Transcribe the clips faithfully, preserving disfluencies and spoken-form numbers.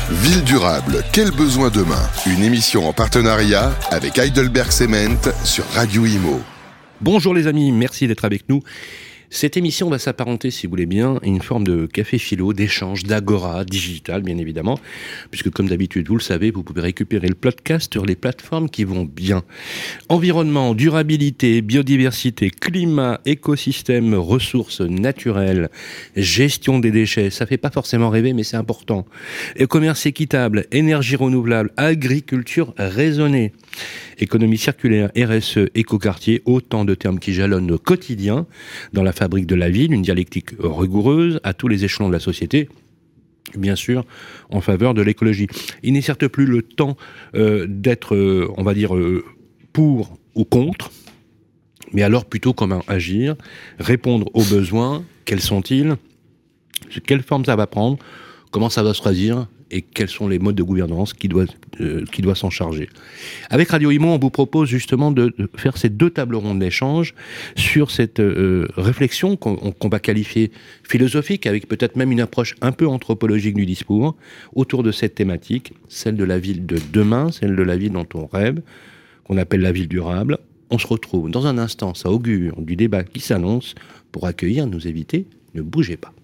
Ville durable, quel besoin demain? Une émission en partenariat avec Heidelberg Cement sur Radio Imo. Bonjour les amis, merci d'être avec nous. Cette émission va s'apparenter, si vous voulez bien, à une forme de café philo, d'échange, d'agora, digital bien évidemment, puisque comme d'habitude, vous le savez, vous pouvez récupérer le podcast sur les plateformes qui vont bien. Environnement, durabilité, biodiversité, climat, écosystème, ressources naturelles, gestion des déchets, ça fait pas forcément rêver, mais c'est important. Et commerce équitable, énergie renouvelable, agriculture raisonnée, économie circulaire, R S E, écoquartier, autant de termes qui jalonnent au quotidien dans la fabrique de la ville, une dialectique rigoureuse à tous les échelons de la société, bien sûr, en faveur de l'écologie. Il n'est certes plus le temps euh, d'être, euh, on va dire, euh, pour ou contre, mais alors plutôt comment agir, répondre aux besoins, quels sont-ils, quelle forme ça va prendre, comment ça va se traduire, et quels sont les modes de gouvernance qui doivent euh, qui doit s'en charger. Avec Radio Imo, on vous propose justement de, de faire ces deux tables rondes d'échange sur cette euh, réflexion qu'on, qu'on va qualifier philosophique, avec peut-être même une approche un peu anthropologique du discours, autour de cette thématique, celle de la ville de demain, celle de la ville dont on rêve, qu'on appelle la ville durable. On se retrouve dans un instant, ça augure du débat qui s'annonce, pour accueillir nos invités. Ne bougez pas.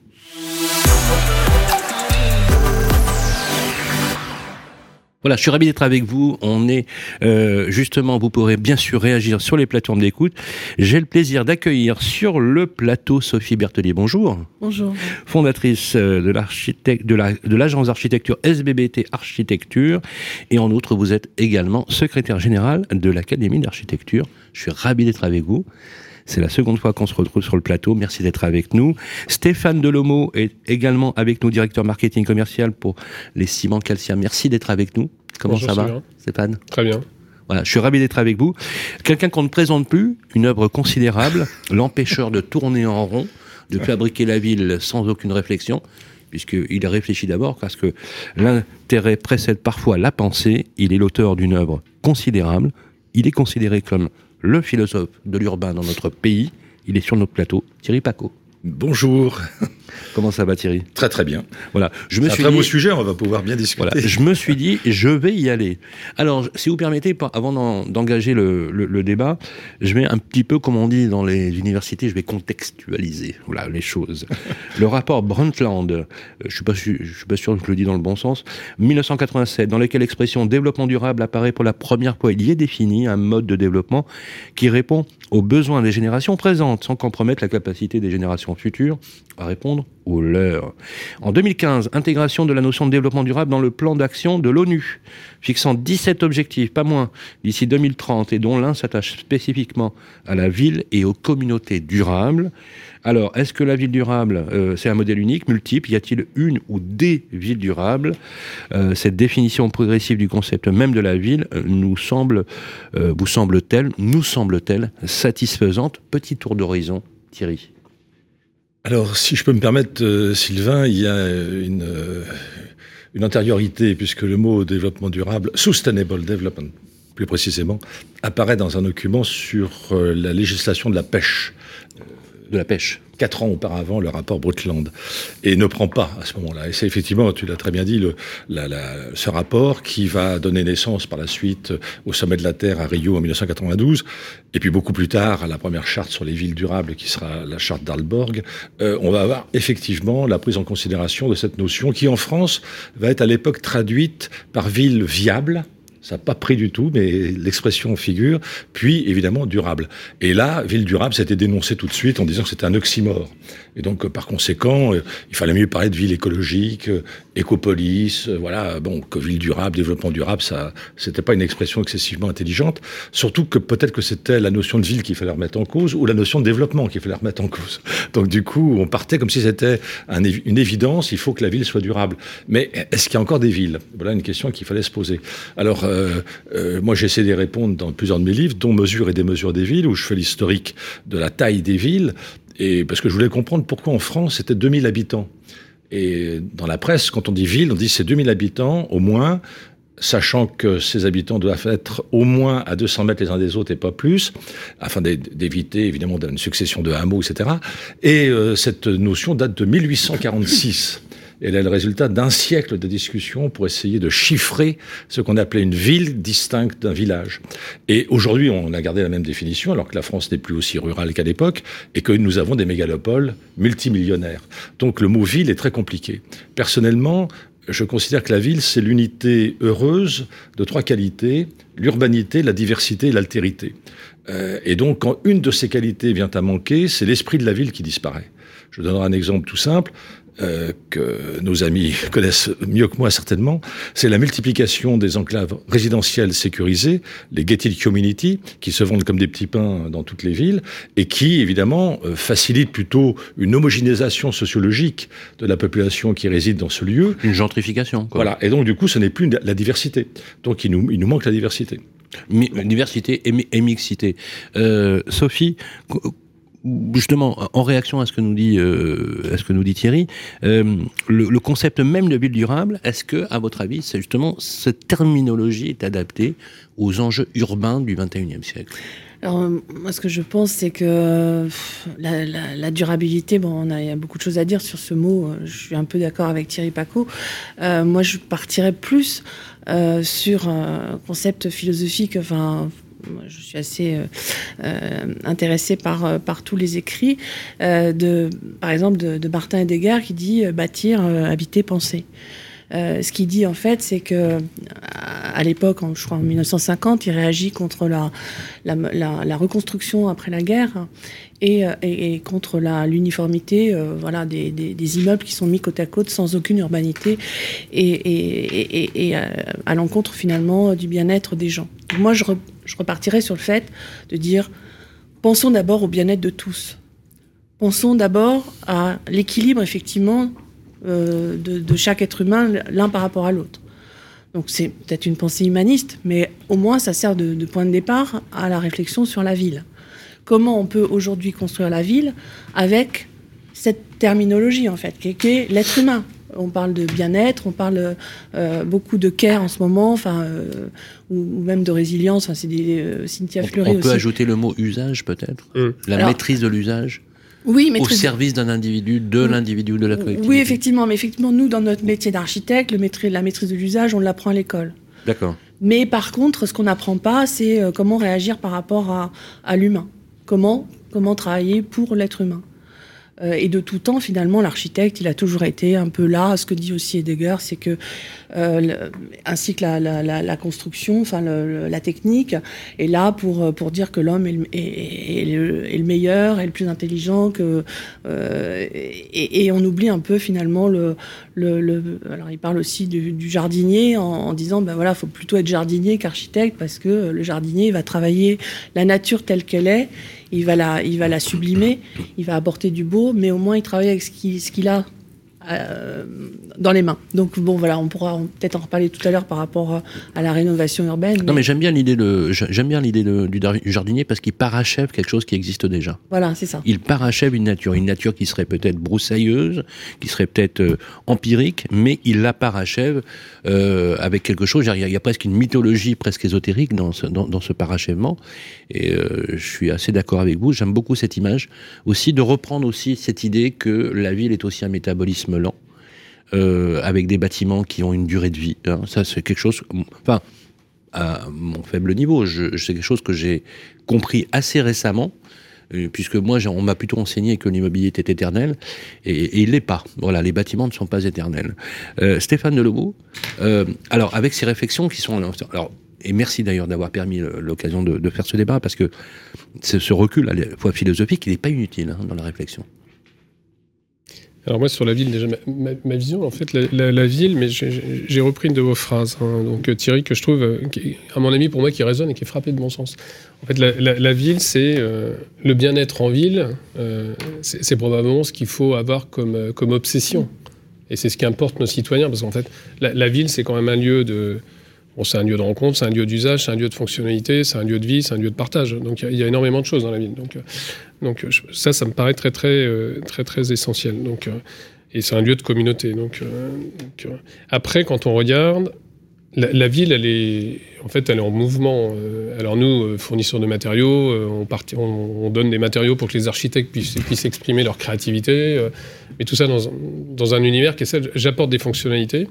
Voilà, je suis ravi d'être avec vous. On est euh, justement, vous pourrez bien sûr réagir sur les plateformes d'écoute. J'ai le plaisir d'accueillir sur le plateau Sophie Berthelier. Bonjour. Bonjour. Fondatrice de, l'architecte, de, la, de l'agence d'architecture S B B T Architecture. Et en outre, vous êtes également secrétaire générale de l'Académie d'architecture. Je suis ravi d'être avec vous. C'est la seconde fois qu'on se retrouve sur le plateau. Merci d'être avec nous. Stéphane Delomo est également avec nous, directeur marketing commercial pour les ciments calcium. Merci d'être avec nous. Comment Bonjour, ça va, Sylvain. Stéphane? Très bien. Voilà, je suis ravi d'être avec vous. Quelqu'un qu'on ne présente plus, une œuvre considérable, l'empêcheur de tourner en rond, de fabriquer la ville sans aucune réflexion, puisqu'il a réfléchi d'abord, parce que l'intérêt précède parfois la pensée. Il est l'auteur d'une œuvre considérable. Il est considéré comme le philosophe de l'urbain dans notre pays. Il est sur notre plateau, Thierry Pacaud. Bonjour. Comment ça va, Thierry? Très très bien. Voilà, je me C'est suis un très dit, beau sujet, on va pouvoir bien discuter. Voilà, je me suis dit, je vais y aller. Alors, si vous permettez, avant d'en, d'engager le, le, le débat, je vais un petit peu, comme on dit dans les universités, je vais contextualiser, voilà, les choses. Le rapport Brundtland, je suis pas sûr, je suis pas sûr que je le dis dans le bon sens, mille neuf cent quatre-vingt-sept, dans lequel l'expression développement durable apparaît pour la première fois, il y est défini un mode de développement qui répond aux besoins des générations présentes, sans compromettre la capacité des générations futures à répondre aux leurs. En deux mille quinze, intégration de la notion de développement durable dans le plan d'action de l'ONU, fixant dix-sept objectifs, pas moins, d'ici deux mille trente, et dont l'un s'attache spécifiquement à la ville et aux communautés durables. Alors, est-ce que la ville durable, euh, c'est un modèle unique, multiple? Y a-t-il une ou des villes durables? euh, Cette définition progressive du concept même de la ville euh, nous semble, euh, vous semble-t-elle, nous semble-t-elle satisfaisante? Petit tour d'horizon, Thierry. Alors, si je peux me permettre, euh, Sylvain, il y a une, euh, une antériorité, puisque le mot développement durable, sustainable development, plus précisément, apparaît dans un document sur euh, la législation de la pêche. De la pêche. Quatre ans auparavant, le rapport Brundtland, et ne prend pas à ce moment-là. Et c'est effectivement, tu l'as très bien dit, le, la, la, ce rapport qui va donner naissance par la suite au sommet de la Terre à Rio en mille neuf cent quatre-vingt-douze, et puis beaucoup plus tard à la première charte sur les villes durables qui sera la charte d'Aalborg. Euh, on va avoir effectivement la prise en considération de cette notion qui, en France, va être à l'époque traduite par ville viable. Ça n'a pas pris du tout, mais l'expression figure. Puis, évidemment, durable. Et là, ville durable, c'était dénoncé tout de suite en disant que c'était un oxymore. Et donc, par conséquent, il fallait mieux parler de ville écologique, écopolis, voilà. Bon, que ville durable, développement durable, ça, c'était pas une expression excessivement intelligente. Surtout que peut-être que c'était la notion de ville qu'il fallait remettre en cause ou la notion de développement qu'il fallait remettre en cause. Donc, du coup, on partait comme si c'était un, une évidence. Il faut que la ville soit durable. Mais est-ce qu'il y a encore des villes? Voilà une question qu'il fallait se poser. Alors, euh, euh, moi, j'essaie d'y répondre dans plusieurs de mes livres, dont Mesures et démesures des villes, où je fais l'historique de la taille des villes. Et parce que je voulais comprendre pourquoi en France, c'était deux mille habitants. Et dans la presse, quand on dit ville, on dit c'est deux mille habitants au moins, sachant que ces habitants doivent être au moins à deux cents mètres les uns des autres et pas plus, afin d'éviter évidemment une succession de hameaux, et cetera. Et euh, cette notion date de mille huit cent quarante-six. Elle est le résultat d'un siècle de discussions pour essayer de chiffrer ce qu'on appelait une ville distincte d'un village. Et aujourd'hui, on a gardé la même définition, alors que la France n'est plus aussi rurale qu'à l'époque, et que nous avons des mégalopoles multimillionnaires. Donc le mot ville est très compliqué. Personnellement, je considère que la ville, c'est l'unité heureuse de trois qualités: l'urbanité, la diversité et l'altérité. Euh, et donc, quand une de ces qualités vient à manquer, c'est l'esprit de la ville qui disparaît. Je donnerai un exemple tout simple, euh, que nos amis connaissent mieux que moi certainement. C'est la multiplication des enclaves résidentielles sécurisées, les gated communities, qui se vendent comme des petits pains dans toutes les villes, et qui, évidemment, euh, facilitent plutôt une homogénéisation sociologique de la population qui réside dans ce lieu. Une gentrification, quoi. Voilà. Et donc, du coup, ce n'est plus la diversité. Donc, il nous, il nous manque la diversité. Mi- diversité et, mi- et mixité. Euh, Sophie, justement, en réaction à ce que nous dit, euh, à ce que nous dit Thierry, euh, le, le concept même de ville durable, est-ce que, à votre avis, c'est justement cette terminologie est adaptée aux enjeux urbains du vingt et unième siècle? Alors, moi, ce que je pense, c'est que pff, la, la, la durabilité, bon, on a, il y a beaucoup de choses à dire sur ce mot. Je suis un peu d'accord avec Thierry Pacaud. Euh, moi, je partirais plus euh, sur un concept philosophique. Enfin, moi, je suis assez euh, euh, intéressée par, euh, par tous les écrits, euh, de, par exemple, de, de Martin Heidegger qui dit euh, bâtir, euh, habiter, penser. Euh, ce qu'il dit en fait, c'est que à l'époque, je crois en mille neuf cent cinquante, il réagit contre la, la, la, la reconstruction après la guerre et, et, et contre la, l'uniformité, euh, voilà, des, des, des immeubles qui sont mis côte à côte sans aucune urbanité et, et, et, et à l'encontre finalement du bien-être des gens. Donc moi, je, re, je repartirais sur le fait de dire pensons d'abord au bien-être de tous. Pensons d'abord à l'équilibre effectivement Euh, de, de chaque être humain, l'un par rapport à l'autre. Donc c'est peut-être une pensée humaniste, mais au moins ça sert de, de point de départ à la réflexion sur la ville. Comment on peut aujourd'hui construire la ville avec cette terminologie, en fait, qui est l'être humain. On parle de bien-être, on parle euh, beaucoup de care en ce moment, enfin, euh, ou, ou même de résilience. Enfin, c'est des euh, Cynthia Fleury aussi. On peut ajouter le mot usage, peut-être, mmh. La Alors, maîtrise de l'usage. Oui, mais au service d'un individu, de oui. l'individu, de la collectivité. Oui, effectivement. Mais effectivement, nous, dans notre métier d'architecte, le maîtrise, la maîtrise de l'usage, on l'apprend à l'école. D'accord. Mais par contre, ce qu'on n'apprend pas, c'est euh, comment réagir par rapport à, à l'humain. Comment, comment travailler pour l'être humain. Euh, et de tout temps, finalement, l'architecte, il a toujours été un peu là. Ce que dit aussi Heidegger, c'est que, euh, le, ainsi que la, la, la, la construction, enfin le, la technique, est là pour, pour dire que l'homme est le, est, est, le, est le meilleur, est le plus intelligent, que, euh, et, et on oublie un peu finalement le, le, le alors il parle aussi du, du jardinier en, en disant, ben voilà, faut plutôt être jardinier qu'architecte parce que le jardinier va travailler la nature telle qu'elle est. Il va, la, il va la sublimer, il va apporter du beau, mais au moins il travaille avec ce qu'il, ce qu'il a euh, dans les mains. Donc bon, voilà, on pourra peut-être en reparler tout à l'heure par rapport à, à la rénovation urbaine. Non, mais, mais j'aime bien l'idée, de, j'aime bien l'idée de, du jardinier parce qu'il parachève quelque chose qui existe déjà. Voilà, c'est ça. Il parachève une nature, une nature qui serait peut-être broussailleuse, qui serait peut-être euh, empirique, mais il la parachève euh, avec quelque chose. Il y, a, il y a presque une mythologie presque ésotérique dans ce, dans, dans ce parachèvement. Et euh, je suis assez d'accord avec vous. J'aime beaucoup cette image aussi, de reprendre aussi cette idée que la ville est aussi un métabolisme lent, euh, avec des bâtiments qui ont une durée de vie. Hein. Ça, c'est quelque chose... Enfin, à mon faible niveau, je, c'est quelque chose que j'ai compris assez récemment, euh, puisque moi, on m'a plutôt enseigné que l'immobilier était éternel, et, et il l'est pas. Voilà, les bâtiments ne sont pas éternels. Euh, Stéphane Delobos, euh, alors, avec ces réflexions qui sont... Alors, et merci d'ailleurs d'avoir permis l'occasion de, de faire ce débat, parce que ce recul, à la fois philosophique, il n'est pas inutile hein, dans la réflexion. Alors moi, sur la ville, déjà, ma, ma, ma vision, en fait, la, la, la ville, mais j'ai, j'ai repris une de vos phrases, hein, donc Thierry, que je trouve, qui, à mon avis, pour moi, qui résonne et qui est frappé de bon sens. En fait, la, la, la ville, c'est euh, le bien-être en ville, euh, c'est, c'est probablement ce qu'il faut avoir comme, comme obsession. Et c'est ce qui importe nos citoyens, parce qu'en fait, la, la ville, c'est quand même un lieu de... Bon, c'est un lieu de rencontre, c'est un lieu d'usage, c'est un lieu de fonctionnalité, c'est un lieu de vie, c'est un lieu de partage. Donc il y, y a énormément de choses dans la ville. Donc, euh, donc ça, ça me paraît très très euh, très très essentiel. Donc euh, et c'est un lieu de communauté. Donc, euh, donc euh, après, quand on regarde, la, la ville, elle est, en fait, elle est en mouvement. Alors nous, fournisseurs de matériaux, on, part, on, on donne des matériaux pour que les architectes puissent, puissent exprimer leur créativité, mais tout ça dans, dans un univers qui est celle, j'apporte des fonctionnalités,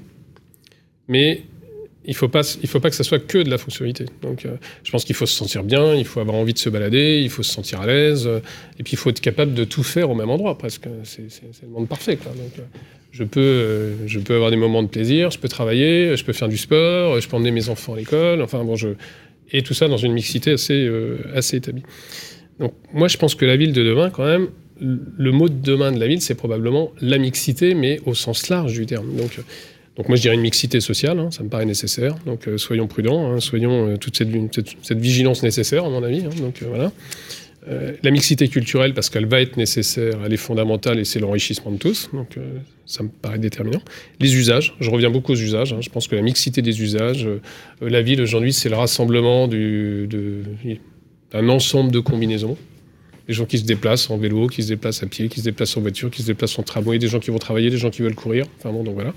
mais il ne faut pas, il faut pas que ça soit que de la fonctionnalité. Donc, euh, je pense qu'il faut se sentir bien, il faut avoir envie de se balader, il faut se sentir à l'aise, euh, et puis il faut être capable de tout faire au même endroit, presque. C'est, c'est, c'est le monde parfait, quoi. Donc, euh, je peux, euh, je peux avoir des moments de plaisir, je peux travailler, je peux faire du sport, je peux emmener mes enfants à l'école, enfin bon, je... et tout ça dans une mixité assez, euh, assez établie. Donc, moi, je pense que la ville de demain, quand même, le mot de demain de la ville, c'est probablement la mixité, mais au sens large du terme. Donc, Donc moi je dirais une mixité sociale, hein, ça me paraît nécessaire. Donc euh, soyons prudents, hein, soyons euh, toute cette, cette, cette vigilance nécessaire à mon avis. Hein, donc euh, voilà. Euh, la mixité culturelle parce qu'elle va être nécessaire, elle est fondamentale et c'est l'enrichissement de tous. Donc euh, ça me paraît déterminant. Les usages, je reviens beaucoup aux usages. Hein, je pense que la mixité des usages, euh, la ville aujourd'hui c'est le rassemblement du, de, d'un ensemble de combinaisons. Les gens qui se déplacent en vélo, qui se déplacent à pied, qui se déplacent en voiture, qui se déplacent en tramway, des gens qui vont travailler, des gens qui veulent courir. Enfin bon, donc voilà.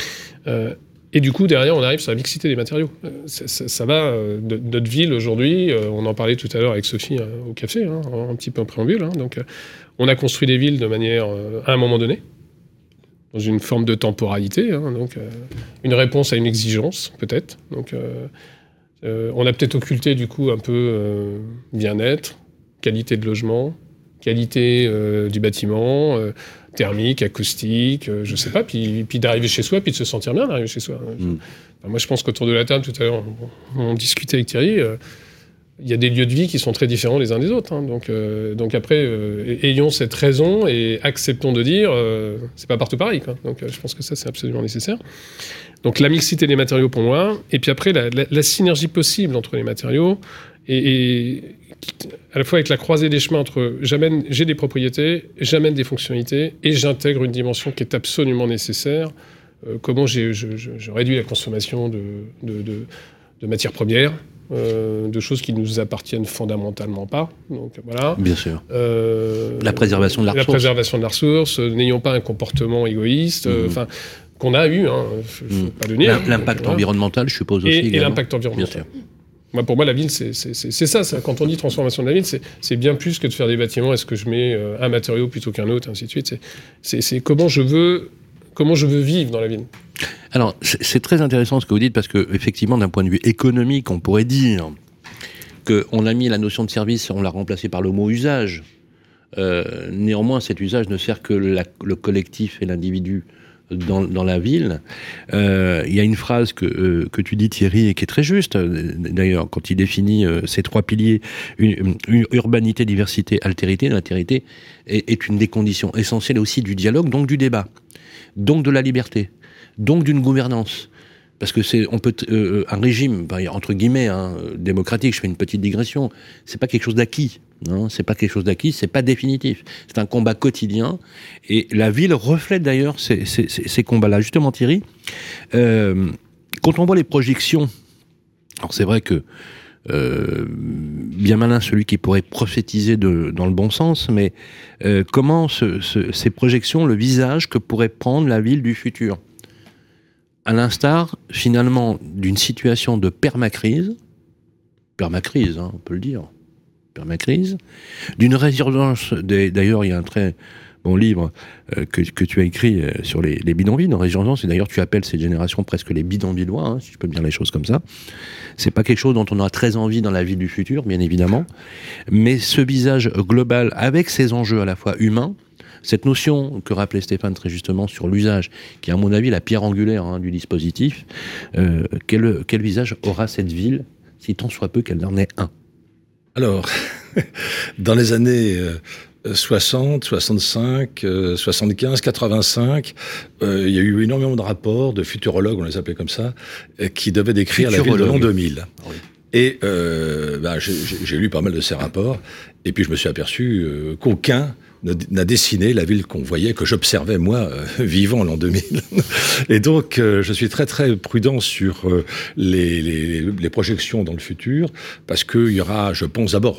Euh, et du coup, derrière, on arrive sur la mixité des matériaux. Euh, ça, ça, ça va, euh, de, notre ville aujourd'hui, euh, on en parlait tout à l'heure avec Sophie euh, au café, hein, un petit peu en préambule. Hein, donc, euh, on a construit des villes de manière, euh, à un moment donné, dans une forme de temporalité, hein, donc euh, une réponse à une exigence, peut-être. Donc, euh, euh, on a peut-être occulté, du coup, un peu euh, bien-être, qualité de logement, qualité euh, du bâtiment, euh, thermique, acoustique, euh, je sais pas, puis, puis d'arriver chez soi, puis de se sentir bien d'arriver chez soi. Mm. Enfin, moi, je pense qu'autour de la table, tout à l'heure, on, on discutait avec Thierry, euh, il y a des lieux de vie qui sont très différents les uns des autres. Hein, donc, euh, donc après, euh, ayons cette raison et acceptons de dire, euh, c'est pas partout pareil. Quoi. Donc euh, je pense que ça, c'est absolument nécessaire. Donc la mixité des matériaux pour moi, et puis après, la, la, la synergie possible entre les matériaux, et, et à la fois avec la croisée des chemins entre j'amène, j'ai des propriétés, j'amène des fonctionnalités et j'intègre une dimension qui est absolument nécessaire. Euh, comment j'ai, je, je, je réduis la consommation de, de, de, de matières premières, euh, de choses qui ne nous appartiennent fondamentalement pas. Donc voilà. Bien sûr. Euh, la préservation de la ressource. La préservation de la ressource. Euh, n'ayons pas un comportement égoïste. Enfin. Euh, mmh. Qu'on a eu, hein, je, je mmh. pas le nier. L'impact voilà. environnemental, je suppose aussi. Et, et l'impact environnemental. Bien sûr. Moi, pour moi, la ville, c'est, c'est, c'est, c'est ça, ça. Quand on dit transformation de la ville, c'est, c'est bien plus que de faire des bâtiments. Est-ce que je mets euh, un matériau plutôt qu'un autre, ainsi de suite. C'est, c'est, c'est comment je veux, comment je veux vivre dans la ville. Alors, c'est, c'est très intéressant ce que vous dites parce que, effectivement, d'un point de vue économique, on pourrait dire qu'on a mis la notion de service, on l'a remplacé par le mot usage. Euh, néanmoins, cet usage ne sert que la, le collectif et l'individu. Dans, dans la ville, euh, il y a une phrase que, euh, que tu dis Thierry et qui est très juste, d'ailleurs quand il définit euh, ces trois piliers, une, une urbanité, diversité, altérité, l'altérité est, est une des conditions essentielles aussi du dialogue, donc du débat, donc de la liberté, donc d'une gouvernance. Parce que c'est, on peut, euh, un régime, entre guillemets, hein, démocratique, je fais une petite digression, c'est pas quelque chose d'acquis. Non, c'est pas quelque chose d'acquis, c'est pas définitif. C'est un combat quotidien. Et la ville reflète d'ailleurs ces, ces, ces, ces combats-là. Justement, Thierry, euh, quand on voit les projections, alors c'est vrai que euh, bien malin celui qui pourrait prophétiser de, dans le bon sens, mais euh, comment ce, ce, ces projections, le visage que pourrait prendre la ville du futur, à l'instar finalement d'une situation de permacrise, permacrise, hein, on peut le dire, permacrise, d'une résurgence, des, d'ailleurs il y a un très bon livre euh, que, que tu as écrit euh, sur les, les bidonvilles, en résurgence, et d'ailleurs tu appelles cette génération presque les bidonvillois, hein, si je peux dire les choses comme ça. C'est pas quelque chose dont on aura très envie dans la ville du futur, bien évidemment, mais ce visage global avec ses enjeux à la fois humains, cette notion que rappelait Stéphane très justement sur l'usage, qui est à mon avis la pierre angulaire hein, du dispositif, euh, quel, quel visage aura cette ville, si tant soit peu qu'elle en ait un? Alors, dans les années euh, soixante, soixante-cinq, euh, soixante-quinze, quatre-vingt-cinq, euh, il y a eu énormément de rapports de futurologues, on les appelait comme ça, euh, qui devaient décrire la ville de l'an deux mille. Oui. Et euh, bah, j'ai, j'ai lu pas mal de ces rapports, et puis je me suis aperçu euh, qu'aucun n'a dessiné la ville qu'on voyait, que j'observais moi, euh, vivant en l'an deux mille. Et donc, euh, je suis très très prudent sur euh, les, les, les projections dans le futur, parce qu'il y aura, je pense d'abord,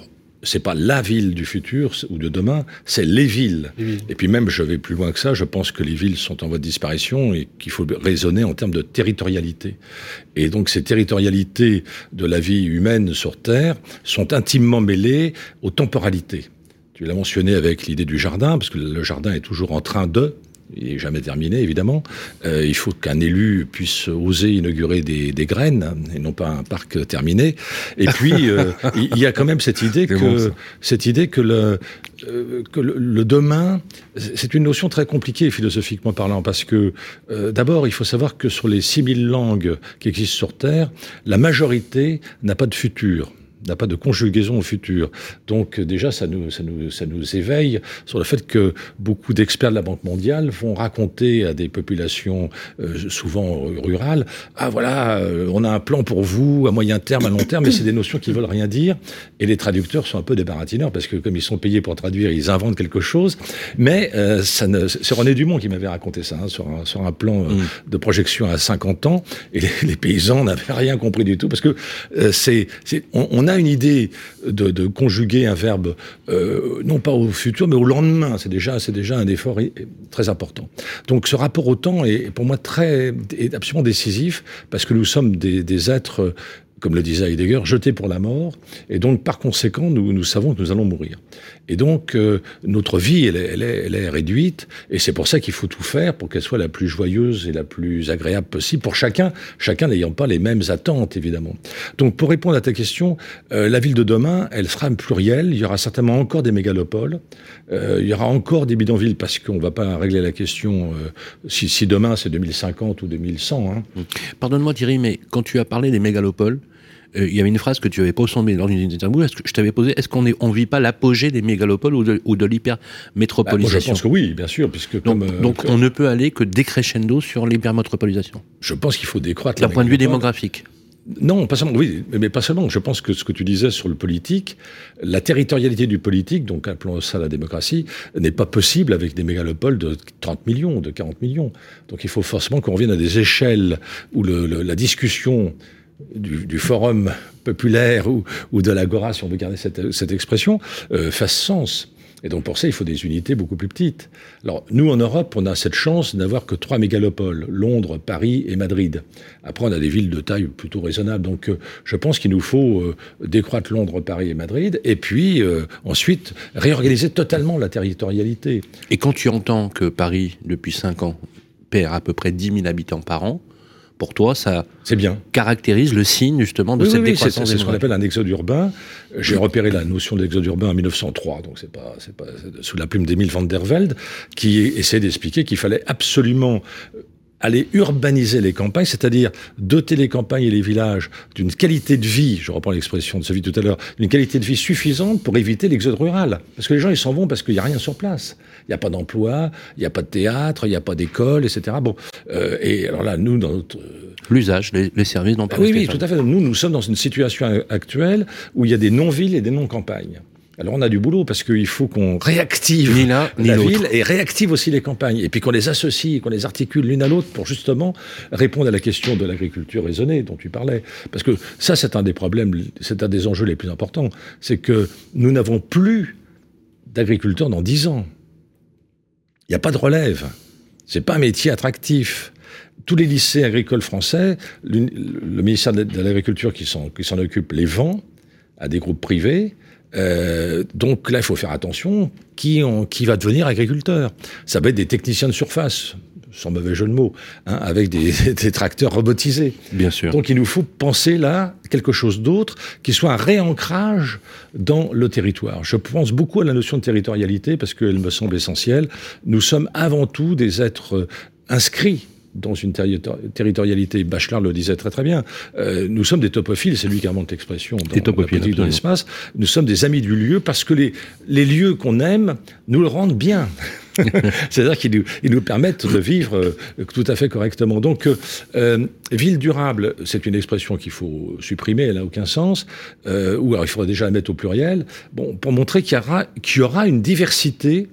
c'est pas la ville du futur ou de demain, c'est les villes. les villes. Et puis même, je vais plus loin que ça, je pense que les villes sont en voie de disparition et qu'il faut raisonner en termes de territorialité. Et donc ces territorialités de la vie humaine sur Terre sont intimement mêlées aux temporalités. Tu l'as mentionné avec l'idée du jardin, parce que le jardin est toujours en train de... Il n'est jamais terminé, évidemment. Euh, il faut qu'un élu puisse oser inaugurer des, des graines, et non pas un parc terminé. Et puis, euh, il y a quand même cette idée que, bon, cette idée que, le, euh, que le, le demain, c'est une notion très compliquée philosophiquement parlant, parce que, euh, d'abord, il faut savoir que sur les six mille langues qui existent sur Terre, la majorité n'a pas de futur. N'a pas de conjugaison au futur. Donc déjà, ça nous, ça nous, ça nous éveille sur le fait que beaucoup d'experts de la Banque mondiale vont raconter à des populations euh, souvent rurales, ah voilà, euh, on a un plan pour vous à moyen terme, à long terme, mais c'est des notions qui veulent rien dire. Et les traducteurs sont un peu des baratineurs parce que comme ils sont payés pour traduire, ils inventent quelque chose. Mais euh, ça ne, c'est René Dumont qui m'avait raconté ça hein, sur, un, sur un plan euh, mmh. de projection à cinquante ans. Et les, les paysans n'avaient rien compris du tout parce que euh, c'est, c'est, on, on a une idée de, de conjuguer un verbe, euh, non pas au futur, mais au lendemain. C'est déjà, c'est déjà un effort très important. Donc ce rapport au temps est pour moi très, est absolument décisif, parce que nous sommes des, des êtres, comme le disait Heidegger, jetés pour la mort, et donc par conséquent, nous, nous savons que nous allons mourir. Et donc, euh, notre vie, elle est, elle, est, elle est réduite, et c'est pour ça qu'il faut tout faire pour qu'elle soit la plus joyeuse et la plus agréable possible pour chacun, chacun n'ayant pas les mêmes attentes, évidemment. Donc, pour répondre à ta question, euh, la ville de demain, elle sera plurielle, il y aura certainement encore des mégalopoles, euh, il y aura encore des bidonvilles, parce qu'on ne va pas régler la question euh, si, si demain c'est deux mille cinquante ou deux mille cent. Hein. Pardonne-moi Thierry, mais quand tu as parlé des mégalopoles, il y avait une phrase que tu avais posée lors d'une interview. Est-ce que je t'avais posé, est-ce qu'on ne on vit pas l'apogée des mégalopoles ou de, ou de l'hypermétropolisation ? Bah, moi, je pense que oui, bien sûr. Puisque donc, comme, donc euh, on ne peut aller que décrescendo sur l'hypermétropolisation. Je pense qu'il faut décroître. D'un point de vue démographique. Non, pas seulement, oui, mais pas seulement. Je pense que ce que tu disais sur le politique, la territorialité du politique, donc appelons ça la démocratie, n'est pas possible avec des mégalopoles de trente millions, de quarante millions. Donc il faut forcément qu'on revienne à des échelles où le, le, la discussion Du, du forum populaire ou, ou de l'agora, si on veut garder cette, cette expression, euh, fasse sens. Et donc pour ça, il faut des unités beaucoup plus petites. Alors nous, en Europe, on a cette chance d'avoir que trois mégalopoles, Londres, Paris et Madrid. Après, on a des villes de taille plutôt raisonnable. Donc euh, je pense qu'il nous faut euh, décroître Londres, Paris et Madrid, et puis euh, ensuite réorganiser totalement la territorialité. Et quand tu entends que Paris, depuis cinq ans, perd à peu près dix mille habitants par an, pour toi, ça c'est bien. Caractérise le signe, justement, de oui, cette oui, décroissance. C'est, c'est ce qu'on appelle un exode urbain. J'ai repéré la notion de l'exode urbain en mille neuf cent trois, donc c'est pas, c'est pas c'est sous la plume d'Emile van der Velde, qui essaie d'expliquer qu'il fallait absolument aller urbaniser les campagnes, c'est-à-dire doter les campagnes et les villages d'une qualité de vie, je reprends l'expression de Sophie tout à l'heure, d'une qualité de vie suffisante pour éviter l'exode rural. Parce que les gens, ils s'en vont parce qu'il n'y a rien sur place. Il n'y a pas d'emploi, il n'y a pas de théâtre, il n'y a pas d'école, et cetera. Bon, euh, et alors là, nous, dans notre... L'usage, les, les services dont parlait Stéphane. Oui, oui, tout à fait. Nous, nous sommes dans une situation actuelle où il y a des non-villes et des non-campagnes. Alors on a du boulot parce qu'il faut qu'on réactive ni là, ni la l'autre. ville et réactive aussi les campagnes. Et puis qu'on les associe, qu'on les articule l'une à l'autre pour justement répondre à la question de l'agriculture raisonnée dont tu parlais. Parce que ça, c'est un des problèmes, c'est un des enjeux les plus importants. C'est que nous n'avons plus d'agriculteurs dans dix ans. Il n'y a pas de relève. C'est pas un métier attractif. Tous les lycées agricoles français, le ministère de l'Agriculture qui s'en, qui s'en occupe les vend à des groupes privés. Euh, donc là, il faut faire attention. Qui, on, qui va devenir agriculteur ? Ça va être des techniciens de surface, sans mauvais jeu de mots, hein, avec des, des tracteurs robotisés. Bien sûr. Donc il nous faut penser là quelque chose d'autre, qui soit un réancrage dans le territoire. Je pense beaucoup à la notion de territorialité parce qu'elle me semble essentielle. Nous sommes avant tout des êtres inscrits dans une territorialité. Bachelard le disait très très bien. Euh, nous sommes des topophiles, c'est lui qui invente l'expression dans la politique de l'espace. Nous sommes des amis du lieu parce que les, les lieux qu'on aime nous le rendent bien. C'est-à-dire qu'ils nous, ils nous permettent de vivre euh, tout à fait correctement. Donc, euh, ville durable, c'est une expression qu'il faut supprimer, elle n'a aucun sens. Euh, ou alors il faudrait déjà la mettre au pluriel. Bon, pour montrer qu'il y aura, qu'il y aura une diversité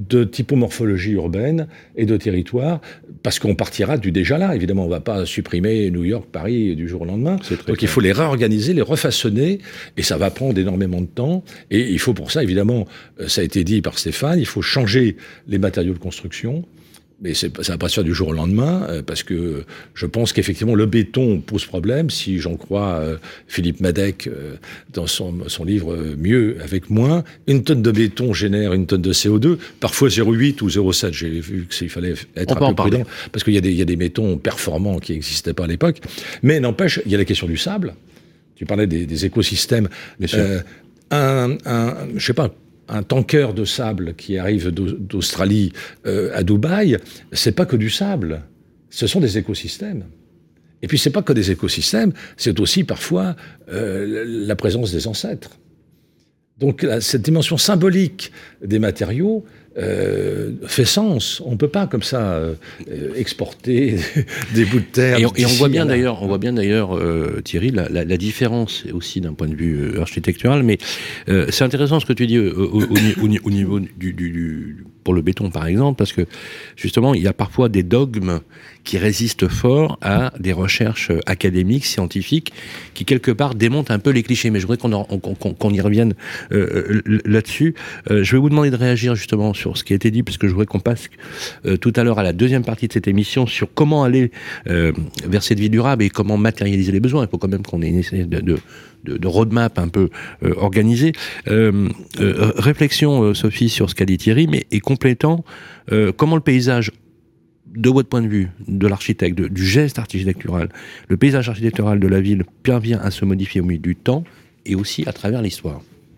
de typomorphologie urbaine et de territoire, parce qu'on partira du déjà là. Évidemment, on ne va pas supprimer New York, Paris du jour au lendemain. Donc clair. Il faut les réorganiser, les refaçonner, et ça va prendre énormément de temps. Et il faut pour ça, évidemment, ça a été dit par Stéphane, il faut changer les matériaux de construction. Mais c'est, ça va pas se faire du jour au lendemain, euh, parce que je pense qu'effectivement le béton pose problème. Si j'en crois euh, Philippe Madec euh, dans son, son livre euh, Mieux avec moins, une tonne de béton génère une tonne de C O deux, parfois zéro virgule huit ou zéro virgule sept. J'ai vu qu'il fallait être On un peu prudent, parce qu'il y a, des, il y a des bétons performants qui n'existaient pas à l'époque. Mais n'empêche, il y a la question du sable. Tu parlais des, des écosystèmes. Bien sûr. Euh, un, un, je sais pas, un tanker de sable qui arrive d'Australie euh, à Dubaï, c'est pas que du sable, ce sont des écosystèmes. Et puis c'est pas que des écosystèmes, c'est aussi parfois euh, la présence des ancêtres. Donc la, cette dimension symbolique des matériaux euh, fait sens. On peut pas comme ça euh, exporter des bouts de terre. Et on, et on voit bien d'ailleurs, on voit bien d'ailleurs, euh, Thierry, la, la, la différence aussi d'un point de vue euh, architectural. Mais euh, c'est intéressant ce que tu dis euh, au, au, au, au niveau du, du, du pour le béton par exemple, parce que justement il y a parfois des dogmes qui résistent fort à des recherches académiques, scientifiques, qui quelque part démontent un peu les clichés. Mais je voudrais qu'on, en, qu'on, qu'on y revienne euh, là-dessus. Euh, je vais vous demander de réagir justement sur ce qui a été dit, parce que je voudrais qu'on passe euh, tout à l'heure à la deuxième partie de cette émission sur comment aller euh, vers cette vie durable et comment matérialiser les besoins. Il faut quand même qu'on ait une essai de, de De, de roadmap un peu euh, organisé. Euh, euh, réflexion, euh, Sophie, sur ce qu'a dit Thierry, mais et complétant euh, comment le paysage, de votre point de vue, de l'architecte, de, du geste architectural, le paysage architectural de la ville parvient à se modifier au milieu du temps et aussi à travers l'histoire.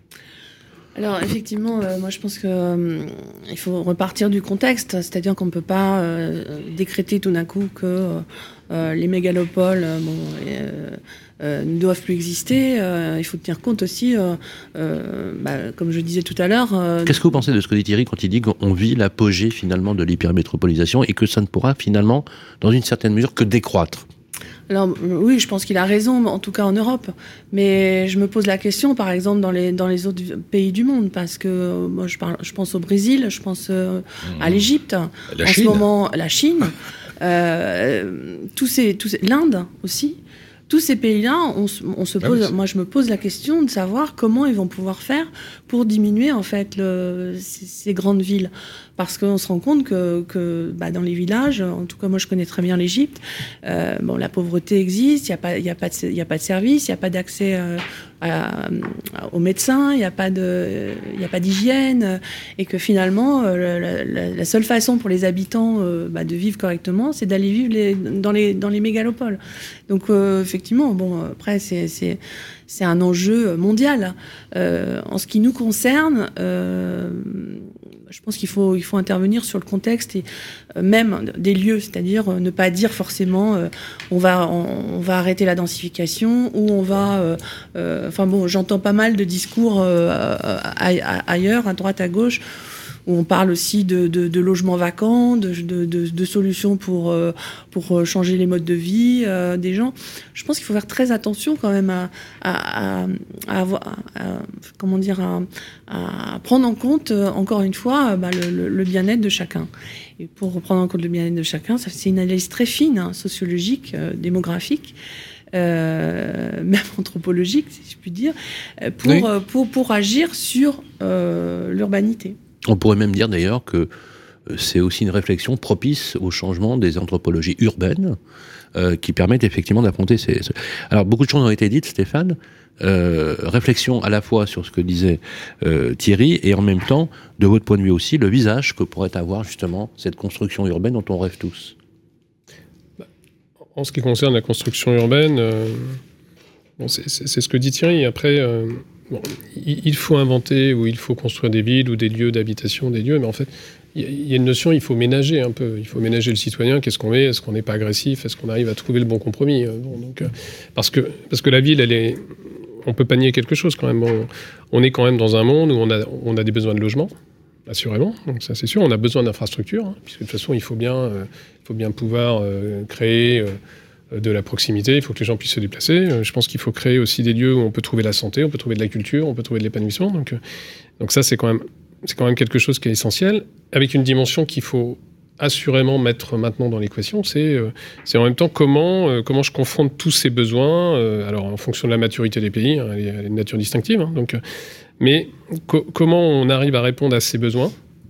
Alors effectivement, euh, moi je pense que euh, il faut repartir du contexte, c'est-à-dire qu'on ne peut pas euh, décréter tout d'un coup que euh, les mégalopoles euh, bon, euh, euh, ne doivent plus exister. Euh, il faut tenir compte aussi, euh, euh, bah, comme je disais tout à l'heure. Euh, Qu'est-ce que vous pensez de ce que dit Thierry quand il dit qu'on vit l'apogée finalement de l'hypermétropolisation et que ça ne pourra finalement, dans une certaine mesure, que décroître ? Alors oui, je pense qu'il a raison, en tout cas en Europe. Mais je me pose la question, par exemple, dans les, dans les autres pays du monde, parce que moi, je, parle, je pense au Brésil, je pense euh, mmh. à l'Égypte, la en Chine. ce moment, la Chine, euh, tous ces, tous ces, l'Inde aussi. Tous ces pays-là, on, on se pose, ah oui, moi je me pose la question de savoir comment ils vont pouvoir faire pour diminuer en fait le, ces, ces grandes villes, parce qu'on se rend compte que, que bah, dans les villages, en tout cas moi je connais très bien l'Égypte, euh, bon la pauvreté existe, il y a pas, il y a pas de, il y a pas de service, il y a pas d'accès euh, à, à, aux médecins, il y a pas de, il y a pas d'hygiène, et que finalement euh, la, la, la seule façon pour les habitants euh, bah, de vivre correctement, c'est d'aller vivre les, dans les dans les mégalopoles. Donc euh, effectivement, bon après c'est c'est c'est un enjeu mondial. Euh, en ce qui nous concerne, euh, je pense qu'il faut, il faut intervenir sur le contexte et euh, même des lieux, c'est-à-dire euh, ne pas dire forcément euh, on va, on, on va arrêter la densification ou on va. Euh, euh, enfin bon, j'entends pas mal de discours euh, ailleurs, à droite, à gauche, où on parle aussi de, de, de logements vacants, de, de, de, de solutions pour, euh, pour changer les modes de vie euh, des gens. Je pense qu'il faut faire très attention quand même à, à, à, à, avoir, à, comment dire, à, à prendre en compte, encore une fois, bah, le, le, le bien-être de chacun. Et pour prendre en compte le bien-être de chacun, ça, c'est une analyse très fine, hein, sociologique, euh, démographique, Euh, même anthropologique, si je puis dire, pour, oui. euh, pour, pour agir sur euh, l'urbanité. On pourrait même dire d'ailleurs que c'est aussi une réflexion propice au changement des anthropologies urbaines euh, qui permettent effectivement d'affronter ces... Alors beaucoup de choses ont été dites, Stéphane, euh, réflexion à la fois sur ce que disait euh, Thierry et en même temps, de votre point de vue aussi, le visage que pourrait avoir justement cette construction urbaine dont on rêve tous. En ce qui concerne la construction urbaine, euh, bon, c'est, c'est, c'est ce que dit Thierry. Après, euh, bon, il, il faut inventer ou il faut construire des villes ou des lieux d'habitation, des lieux, mais en fait, il y, y a une notion, il faut ménager un peu. Il faut ménager le citoyen. Qu'est-ce qu'on est ? Est-ce qu'on n'est pas agressif ? Est-ce qu'on arrive à trouver le bon compromis ? Bon, donc, euh, parce que parce que la ville, elle est, on peut pas nier quelque chose quand même. Bon, on est quand même dans un monde où on a on a des besoins de logement. Assurément, donc ça c'est sûr, on a besoin d'infrastructures, hein, puisque de toute façon il faut bien, euh, il faut bien pouvoir euh, créer euh, de la proximité, il faut que les gens puissent se déplacer. Euh, je pense qu'il faut créer aussi des lieux où on peut trouver la santé, on peut trouver de la culture, on peut trouver de l'épanouissement. Donc, euh, donc ça c'est quand même c'est quand même quelque chose qui est essentiel, avec une dimension qu'il faut assurément mettre maintenant dans l'équation, c'est, euh, c'est en même temps comment, euh, comment je confronte tous ces besoins, euh, alors en fonction de la maturité des pays, hein, elle, est, elle est de nature distinctive, hein, donc, euh, mais co- comment on arrive à répondre à ces besoins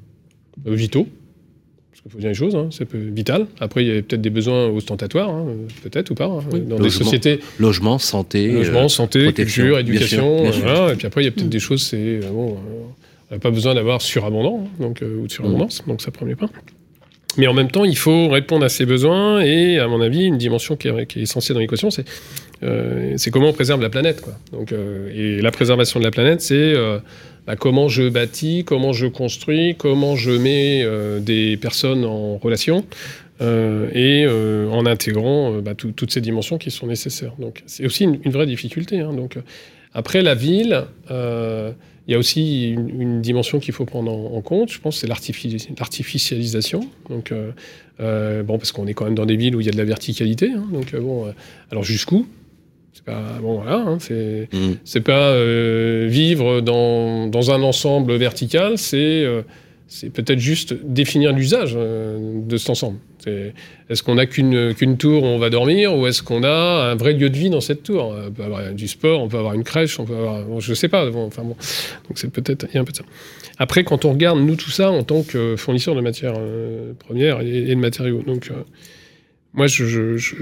euh, vitaux, parce qu'il faut dire les choses, hein, c'est peu vital. Après, il y a peut-être des besoins ostentatoires, hein, peut-être ou pas, hein, oui. dans logement, des sociétés. Logement, santé, logement, santé, culture, éducation, bien sûr, bien voilà, sûr. Et puis après, il y a peut-être mmh. des choses, c'est euh, bon, euh, on n'a pas besoin d'avoir surabondant, hein, donc euh, ou de surabondance, mmh. donc ça premier point. Mais en même temps, il faut répondre à ces besoins et, à mon avis, une dimension qui est, qui est essentielle dans l'équation, c'est, euh, c'est comment on préserve la planète, quoi. Donc, euh, et la préservation de la planète, c'est euh, bah, comment je bâtis, comment je construis, comment je mets euh, des personnes en relation euh, et euh, en intégrant euh, bah, tout, toutes ces dimensions qui sont nécessaires. Donc, c'est aussi une, une vraie difficulté. Hein. Donc, euh, après, la ville... Euh, il y a aussi une, une dimension qu'il faut prendre en, en compte, je pense, c'est l'artifici- l'artificialisation. Donc, euh, euh, bon, parce qu'on est quand même dans des villes où il y a de la verticalité. Hein, donc, euh, bon, euh, alors jusqu'où ? C'est pas bon, voilà. Hein, c'est, mmh. c'est pas euh, vivre dans, dans un ensemble vertical. C'est, euh, c'est peut-être juste définir l'usage euh, de cet ensemble. C'est, est-ce qu'on n'a qu'une, qu'une tour où on va dormir, ou est-ce qu'on a un vrai lieu de vie dans cette tour ? On peut avoir du sport, on peut avoir une crèche, on peut avoir... Bon, je ne sais pas. Bon, enfin, bon. Donc c'est peut-être... Il y a un peu de ça. Après, quand on regarde, nous, tout ça, en tant que fournisseur de matières euh, premières et, et de matériaux, donc euh, moi, je, je, je,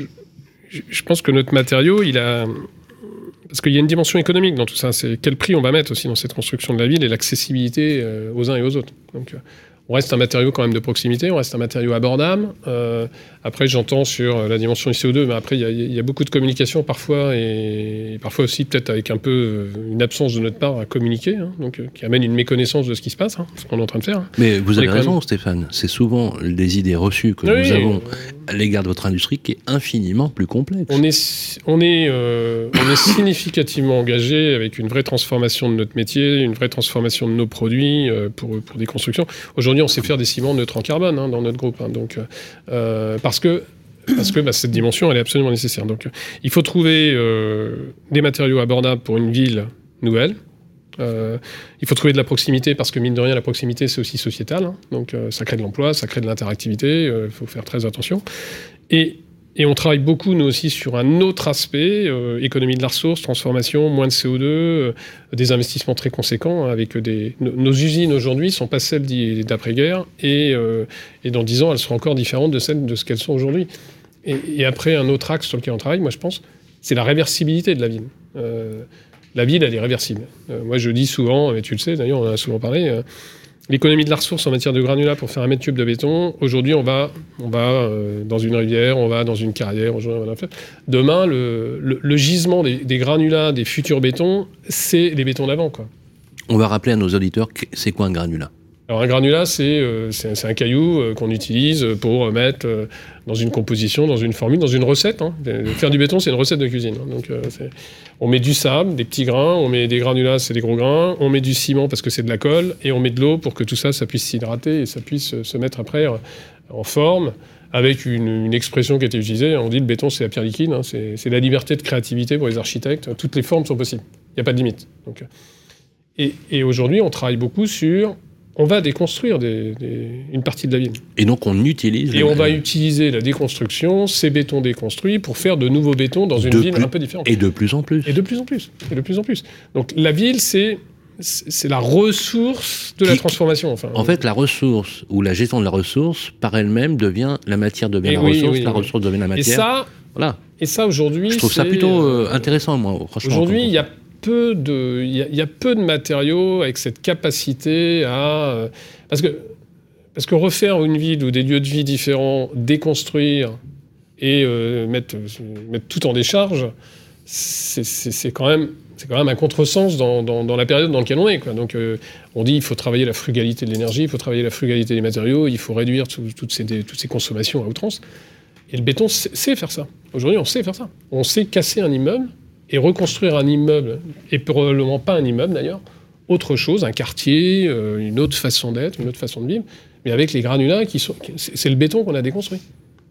je pense que notre matériau, il a... Parce qu'il y a une dimension économique dans tout ça. C'est quel prix on va mettre aussi dans cette construction de la ville et l'accessibilité euh, aux uns et aux autres. Donc... Euh, On reste un matériau quand même de proximité, on reste un matériau abordable. Euh, après, j'entends sur la dimension du C O deux, mais après, il y, y a beaucoup de communication parfois, et, et parfois aussi peut-être avec un peu une absence de notre part à communiquer, hein, donc, euh, qui amène une méconnaissance de ce qui se passe, hein, ce qu'on est en train de faire. Hein. Mais vous avez raison, même... Stéphane. C'est souvent des idées reçues que oui, nous avons à l'égard de votre industrie qui est infiniment plus complexe. On est, on est, euh, on est significativement engagé avec une vraie transformation de notre métier, une vraie transformation de nos produits euh, pour, pour des constructions. Aujourd'hui, on sait faire des ciments neutres en carbone hein, dans notre groupe. Hein, donc, euh, parce que, parce que bah, cette dimension, elle est absolument nécessaire. Donc, il faut trouver euh, des matériaux abordables pour une ville nouvelle. Euh, il faut trouver de la proximité parce que, mine de rien, la proximité, c'est aussi sociétal. Hein, donc, euh, ça crée de l'emploi, ça crée de l'interactivité. Il euh, faut faire très attention. Et... Et on travaille beaucoup, nous aussi, sur un autre aspect, euh, économie de la ressource, transformation, moins de C O deux, euh, des investissements très conséquents, avec des... Nos, nos usines, aujourd'hui, ne sont pas celles d'après-guerre, et, euh, et dans dix ans, elles seront encore différentes de celles de ce qu'elles sont aujourd'hui. Et, et après, un autre axe sur lequel on travaille, moi, je pense, c'est la réversibilité de la ville. Euh, la ville, elle est réversible. Euh, moi, je dis souvent, et tu le sais, d'ailleurs, on en a souvent parlé... Euh, L'économie de la ressource en matière de granulats pour faire un mètre cube de béton, aujourd'hui, on va, on va euh, dans une rivière, on va dans une carrière. On va Demain, le, le, le gisement des, des granulats, des futurs bétons, c'est les bétons d'avant, quoi. On va rappeler à nos auditeurs, c'est quoi un granulat ? Alors un granulat, c'est, euh, c'est, c'est un caillou euh, qu'on utilise pour euh, mettre euh, dans une composition, dans une formule, dans une recette. Hein. Faire du béton, c'est une recette de cuisine. Hein. Donc, euh, c'est... On met du sable, des petits grains, on met des granulats, c'est des gros grains, on met du ciment parce que c'est de la colle, et on met de l'eau pour que tout ça, ça puisse s'hydrater et ça puisse se mettre après euh, en forme, avec une, une expression qui a été utilisée. On dit le béton, c'est la pierre liquide, hein. c'est, c'est la liberté de créativité pour les architectes. Toutes les formes sont possibles. Il n'y a pas de limite. Donc, et, et aujourd'hui, on travaille beaucoup sur... On va déconstruire des, des, une partie de la ville. Et donc on utilise... Et on va utiliser la déconstruction, ces bétons déconstruits, pour faire de nouveaux bétons dans une de ville plus, un peu différente. Et de plus en plus. Et de plus en plus. Et de plus en plus. Donc la ville, c'est, c'est la ressource de Qui, la transformation. Enfin, en fait, la ressource, ou la gestion de la ressource, par elle-même, devient... La matière devient la oui, ressource, oui, la oui. ressource devient la matière. Et ça, voilà. et ça aujourd'hui... Je trouve c'est, ça plutôt euh, intéressant, moi, franchement. Aujourd'hui, il y a... Peu de, il y, y a peu de matériaux avec cette capacité à... Euh, parce que, parce que refaire une ville ou des lieux de vie différents, déconstruire et euh, mettre, mettre tout en décharge, c'est, c'est, c'est, quand, même, c'est quand même un contresens dans, dans, dans la période dans laquelle on est, quoi. Donc euh, on dit il faut travailler la frugalité de l'énergie, il faut travailler la frugalité des matériaux, il faut réduire tout, toutes, ces, toutes ces consommations à outrance. Et le béton sait, sait faire ça. Aujourd'hui, on sait faire ça. On sait casser un immeuble et reconstruire un immeuble, et probablement pas un immeuble d'ailleurs, autre chose, un quartier, euh, une autre façon d'être, une autre façon de vivre, mais avec les granulats qui sont... C'est, c'est le béton qu'on a déconstruit.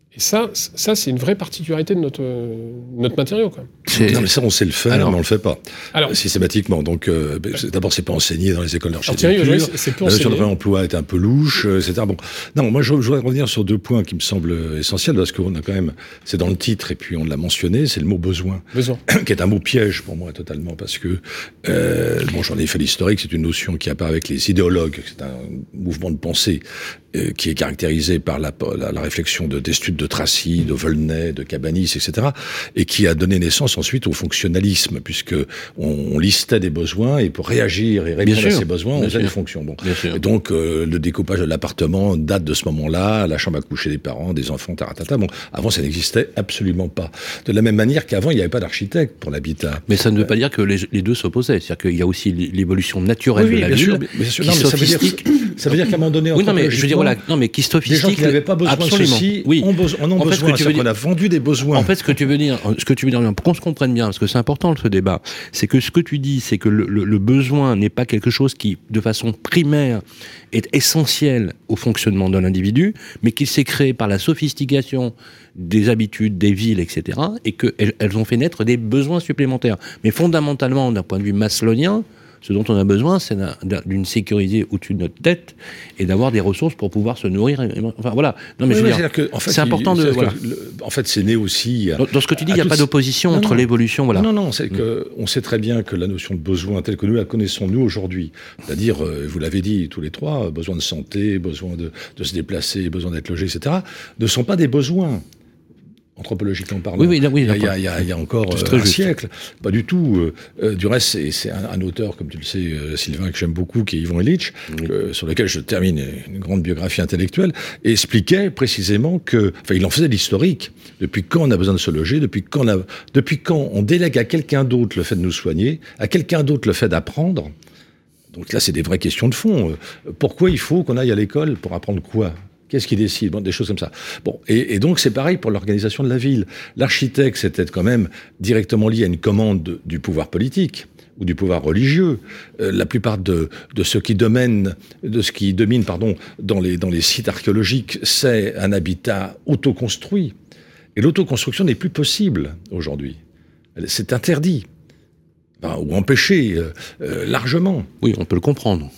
Et ça, ça c'est une vraie particularité de notre, notre matériau. Quoi. Non, mais ça, on sait le faire, alors, mais on le fait pas. Alors, systématiquement. Donc, euh, d'abord, c'est pas enseigné dans les écoles d'architecture. La notion de réemploi est un peu louche, et cetera. Bon, non, moi, je, je voudrais revenir sur deux points qui me semblent essentiels, parce qu'on a quand même, c'est dans le titre, et puis on l'a mentionné, c'est le mot besoin. Besoin. Qui est un mot piège pour moi, totalement, parce que, euh, bon, j'en ai fait l'historique, c'est une notion qui apparaît avec les idéologues, c'est un mouvement de pensée euh, qui est caractérisé par la, la, la réflexion de, d'études de Tracy, de Volney, de Cabanis, et cetera, et qui a donné naissance ensuite au fonctionnalisme, puisque on, on listait des besoins et pour réagir et répondre à ces besoins, on faisait des fonctions. Bon. Et donc euh, le découpage de l'appartement date de ce moment-là, la chambre à coucher des parents, des enfants, taratata. Bon, avant ça n'existait absolument pas. De la même manière qu'avant il n'y avait pas d'architecte pour l'habitat. Mais ça ne veut pas dire que les, les deux s'opposaient. C'est-à-dire qu'il y a aussi l'évolution naturelle oui, oui, de la bien ville, sûr, bien sûr. qui non, mais sophistique. Ça veut dire, ça veut dire qu'à un moment donné, oui, non, mais je veux dire voilà, non mais qui sophistique. Des gens qui n'avaient pas besoin absolument. de ceci, oui. ont besoin, en ont en fait, besoin. Ce que tu veux dire, on a vendu des besoins. En fait, ce que tu veux dire, ce que tu veux dire, pour qu'on se comprenne bien, parce que c'est important ce débat, c'est que ce que tu dis, c'est que le, le, le besoin n'est pas quelque chose qui, de façon primaire, est essentiel au fonctionnement de l'individu, mais qu'il s'est créé par la sophistication des habitudes, des villes, et cetera, et qu'elles elles ont fait naître des besoins supplémentaires. Mais fondamentalement, d'un point de vue maslowien, ce dont on a besoin, c'est d'une sécurité au-dessus de notre tête et d'avoir des ressources pour pouvoir se nourrir. Enfin voilà. Non mais oui, je veux dire, que, en fait, c'est important de. Voilà. Le, en fait, c'est né aussi. Dans, dans ce que tu dis, il n'y a pas d'opposition entre l'évolution. Voilà. Non, non, non. C'est mmh. que on sait très bien que la notion de besoin, telle que nous la connaissons nous aujourd'hui, c'est-à-dire, euh, vous l'avez dit tous les trois, besoin de santé, besoin de, de se déplacer, besoin d'être logé, et cetera, ne sont pas des besoins. Anthropologiquement parlant, oui, oui, oui, il, y a, il, y a, il y a encore euh, un juste. siècle, pas du tout. Euh, du reste, c'est, c'est un, un auteur, comme tu le sais, euh, Sylvain, que j'aime beaucoup, qui est Yvon Illich, oui. euh, sur lequel je termine une grande biographie intellectuelle, et expliquait précisément que, enfin, il en faisait l'historique. Depuis quand on a besoin de se loger, depuis quand on, a, depuis quand on délègue à quelqu'un d'autre le fait de nous soigner, à quelqu'un d'autre le fait d'apprendre. Donc là, c'est des vraies questions de fond. Pourquoi il faut qu'on aille à l'école pour apprendre quoi ? Qu'est-ce qui décide ? Bon, des choses comme ça. Bon, et, et donc c'est pareil pour l'organisation de la ville. L'architecte, c'était quand même directement lié à une commande de, du pouvoir politique ou du pouvoir religieux. Euh, la plupart de, de ce qui domine, de ce qui domine, pardon, dans les dans les sites archéologiques, c'est un habitat autoconstruit. Et l'autoconstruction n'est plus possible aujourd'hui. C'est interdit, enfin, ou empêché euh, euh, largement. Oui, on peut le comprendre.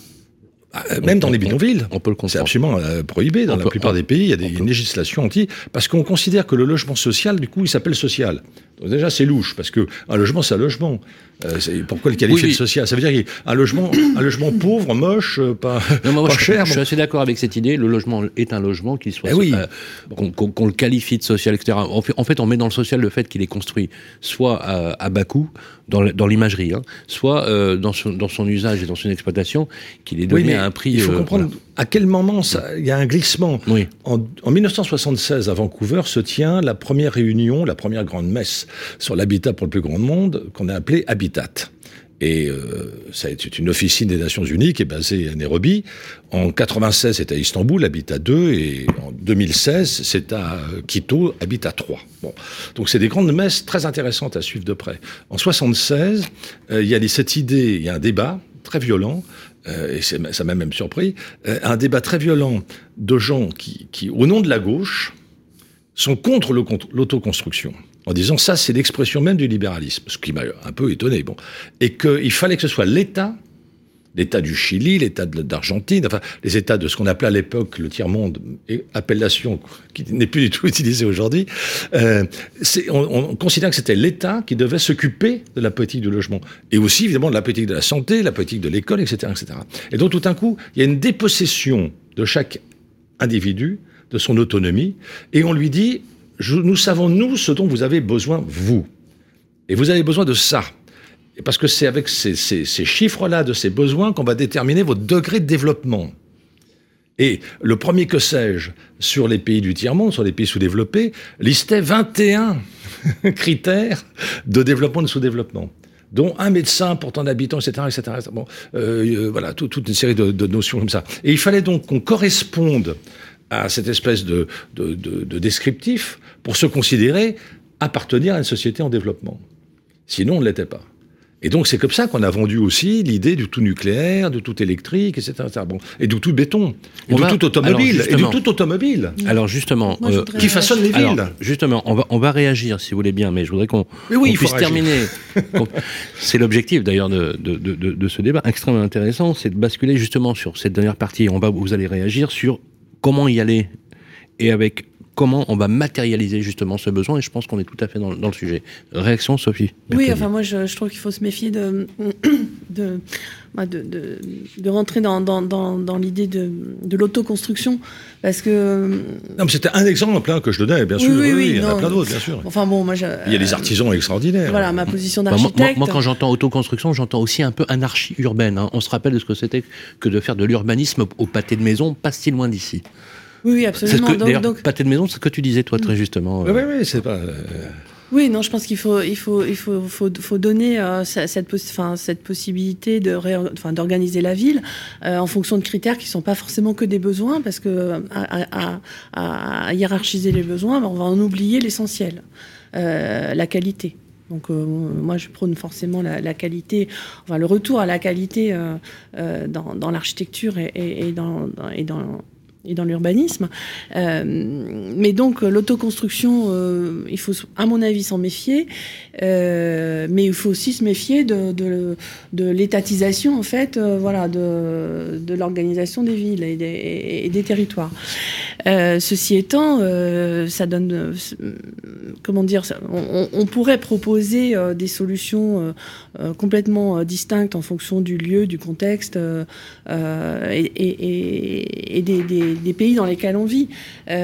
Même dans les bidonvilles, on peut le comprendre. C'est absolument euh, prohibé. Dans on la peut, plupart on, des pays, il y a des, une législation anti, parce qu'on considère que le logement social, du coup, il s'appelle social. Donc déjà, c'est louche, parce que un logement, c'est un logement. Euh, c'est, pourquoi le qualifier oui, de social ? Ça veut dire qu'un logement, un logement pauvre, moche, pas, non, moi, pas je, cher. Je suis assez d'accord avec cette idée. Le logement est un logement, qu'il soit, eh oui. euh, qu'on, qu'on, qu'on le qualifie de social, et cetera. En fait, en fait, on met dans le social le fait qu'il est construit soit à, à bas coût, dans, dans l'imagerie, hein, soit euh, dans, son, dans son usage et dans son exploitation, qu'il est donné oui, à un prix. Il faut euh, comprendre voilà. à quel moment ça, il y a un glissement. Oui. En, en dix-neuf cent soixante-seize, à Vancouver, se tient la première réunion, la première grande messe sur l'habitat pour le plus grand monde, qu'on a appelée Habitat. Et euh, c'est une officine des Nations Unies qui est basée à Nairobi. En quatre-vingt-seize, c'est à Istanbul, Habitat deux, et en deux mille seize, c'est à Quito, Habitat trois. Bon. Donc c'est des grandes messes très intéressantes à suivre de près. En soixante-seize, euh, il y a cette idée, il y a un débat très violent, euh, et c'est, ça m'a même surpris, euh, un débat très violent de gens qui, qui, au nom de la gauche, sont contre le, l'autoconstruction. En disant ça, c'est l'expression même du libéralisme, ce qui m'a un peu étonné. Bon. Et qu'il fallait que ce soit l'État, l'État du Chili, l'État d'Argentine, enfin les États de ce qu'on appelait à l'époque le tiers-monde, appellation qui n'est plus du tout utilisée aujourd'hui, euh, c'est, on, on considère que c'était l'État qui devait s'occuper de la politique du logement. Et aussi, évidemment, de la politique de la santé, la politique de l'école, et cetera, et cetera. Et donc, tout d'un coup, il y a une dépossession de chaque individu, de son autonomie, et on lui dit... Je, nous savons, nous, ce dont vous avez besoin, vous. Et vous avez besoin de ça. Et parce que c'est avec ces, ces, ces chiffres-là, de ces besoins, qu'on va déterminer votre degré de développement. Et le premier que sais-je, sur les pays du tiers-monde, sur les pays sous-développés, listait vingt et un critères de développement et de sous-développement, dont un médecin pour tant d'habitants, et cetera, et cetera. Bon, euh, voilà, tout, toute une série de, de notions comme ça. Et il fallait donc qu'on corresponde à cette espèce de, de, de, de descriptif pour se considérer appartenir à une société en développement. Sinon, on ne l'était pas. Et donc, c'est comme ça qu'on a vendu aussi l'idée du tout nucléaire, du tout électrique, et cetera, et cetera. Bon. Et du tout béton, et On du va- tout automobile, alors, et du tout automobile, Alors justement, Moi, je euh, voudrais- qui façonne les villes. alors, justement, on va, on va réagir si vous voulez bien, mais je voudrais qu'on Mais oui, qu'on il faut puisse réagir. terminer. qu'on- C'est l'objectif d'ailleurs de, de, de, de, de ce débat extrêmement intéressant, c'est de basculer justement sur cette dernière partie. On va, vous allez réagir sur comment y aller et avec comment on va matérialiser justement ce besoin. Et je pense qu'on est tout à fait dans, dans le sujet. Réaction, Sophie? Oui, Mercadier. enfin moi je, je trouve qu'il faut se méfier de, de, bah, de, de, de rentrer dans, dans, dans, dans l'idée de, de l'autoconstruction, parce que... Non, mais c'était un exemple hein, que je donnais, bien Oui, sûr. oui, Oui, oui, il y en a non. plein d'autres, bien sûr. Enfin bon, moi je... Il y a des artisans extraordinaires. Voilà, ma position Bah, moi, d'architecte... moi, moi, quand j'entends autoconstruction, j'entends aussi un peu anarchie urbaine. Hein. On se rappelle de ce que c'était que de faire de l'urbanisme au pâté de maison, pas si loin d'ici. Oui, oui, C'est ce absolument. que, Donc, d'ailleurs, donc, pâté de maison, c'est ce que tu disais, toi, très justement. Oui, oui, oui, c'est pas... euh, oui, non, je pense qu'il faut, il faut, il faut, faut, faut donner euh, ce- cette, poss- enfin, cette possibilité de ré- enfin, d'organiser la ville euh, en fonction de critères qui ne sont pas forcément que des besoins, parce que à, à, à, à hiérarchiser les besoins, ben, on va en oublier l'essentiel, euh, la qualité. Donc euh, moi, je prône forcément la, la qualité, enfin le retour à la qualité euh, euh, dans, dans l'architecture et, et, et dans, dans- et dans et dans l'urbanisme. Euh, mais donc, l'autoconstruction, euh, il faut, à mon avis, s'en méfier. Euh, mais il faut aussi se méfier de, de, de l'étatisation, en fait, euh, voilà, de, de l'organisation des villes et des, et des territoires. Euh, ceci étant, euh, ça donne... euh, comment dire ça, on, on pourrait proposer euh, des solutions euh, euh, complètement euh, distinctes en fonction du lieu, du contexte euh, euh, et, et, et des, des, des pays dans lesquels on vit.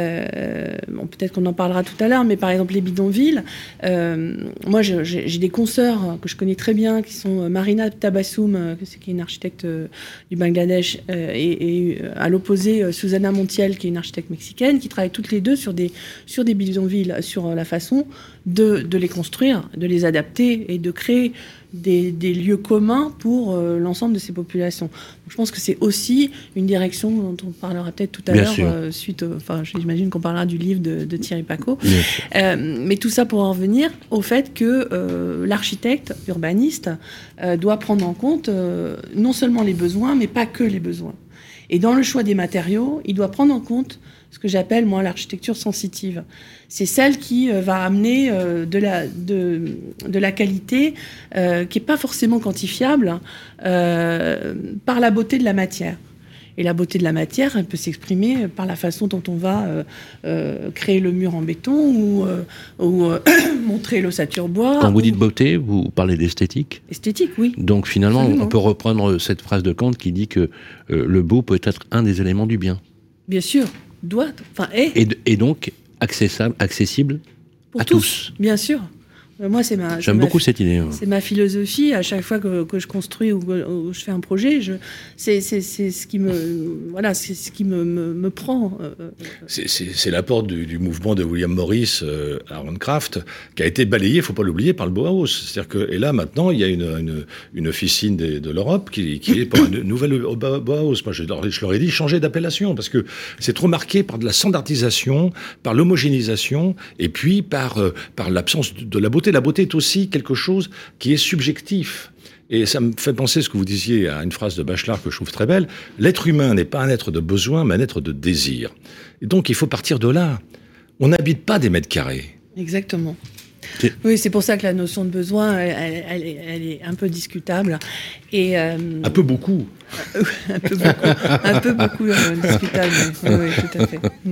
Euh, bon, peut-être qu'on en parlera tout à l'heure, mais par exemple les bidonvilles, euh, moi j'ai, j'ai des consoeurs que je connais très bien qui sont Marina Tabassoum, euh, qui est une architecte euh, du Bangladesh, euh, et, et à l'opposé euh, Susana Montiel, qui est une architecte mexicaine, qui travaillent toutes les deux sur des, sur des bidonvilles, sur euh, la façon de, de les construire, de les adapter et de créer des, des lieux communs pour euh, l'ensemble de ces populations. Donc, je pense que c'est aussi une direction dont on parlera peut-être tout à Bien l'heure, sûr. euh, suite, au- enfin j'imagine qu'on parlera du livre de, de Thierry Paco. Bien sûr. Euh, mais tout ça pour en revenir au fait que euh, l'architecte urbaniste euh, doit prendre en compte euh, non seulement les besoins, mais pas que les besoins. Et dans le choix des matériaux, il doit prendre en compte ce que j'appelle, moi, l'architecture sensitive. C'est celle qui euh, va amener euh, de, la, de, de la qualité euh, qui n'est pas forcément quantifiable euh, par la beauté de la matière. Et la beauté de la matière, elle peut s'exprimer par la façon dont on va euh, euh, créer le mur en béton ou, euh, ou euh, montrer l'ossature bois. Quand vous ou- dites beauté, vous parlez d'esthétique. Esthétique, oui. Donc finalement, Absolument. on peut reprendre cette phrase de Kant qui dit que euh, le beau peut être un des éléments du bien. Bien sûr, doit, enfin, est. Et, et donc accessible, accessible Pour à tous, tous. bien sûr. Euh, Moi, c'est ma. c'est J'aime ma- beaucoup cette idée. hein. C'est ma philosophie. À chaque fois que, que je construis ou que ou je fais un projet, je, c'est, c'est, c'est ce qui me, voilà, c'est ce qui me, me, me prend. euh, euh, C'est- C'est c'est l'apport du, du mouvement de William Morris euh, à Craft qui a été balayé, il ne faut pas l'oublier, par le Bauhaus. C'est-à-dire que, et là, maintenant, il y a une, une, une officine des- de l'Europe qui, qui est pour une nouvelle Bauhaus. Moi, je, leur- je leur ai dit changer d'appellation parce que c'est trop marqué par de la standardisation, par l'homogénéisation et puis par, euh, par l'absence de, de la beauté. La beauté est aussi quelque chose qui est subjectif. Et ça me fait penser ce que vous disiez à une phrase de Bachelard que je trouve très belle. L'être humain n'est pas un être de besoin, mais un être de désir. Et donc, il faut partir de là. On n'habite pas des mètres carrés. Exactement. C'est- Oui, c'est pour ça que la notion de besoin, elle, elle- elle est, elle est un peu discutable. Et, euh, Un peu beaucoup. un peu beaucoup, un peu beaucoup euh, discutable. Oui, oui, tout à fait. Mm.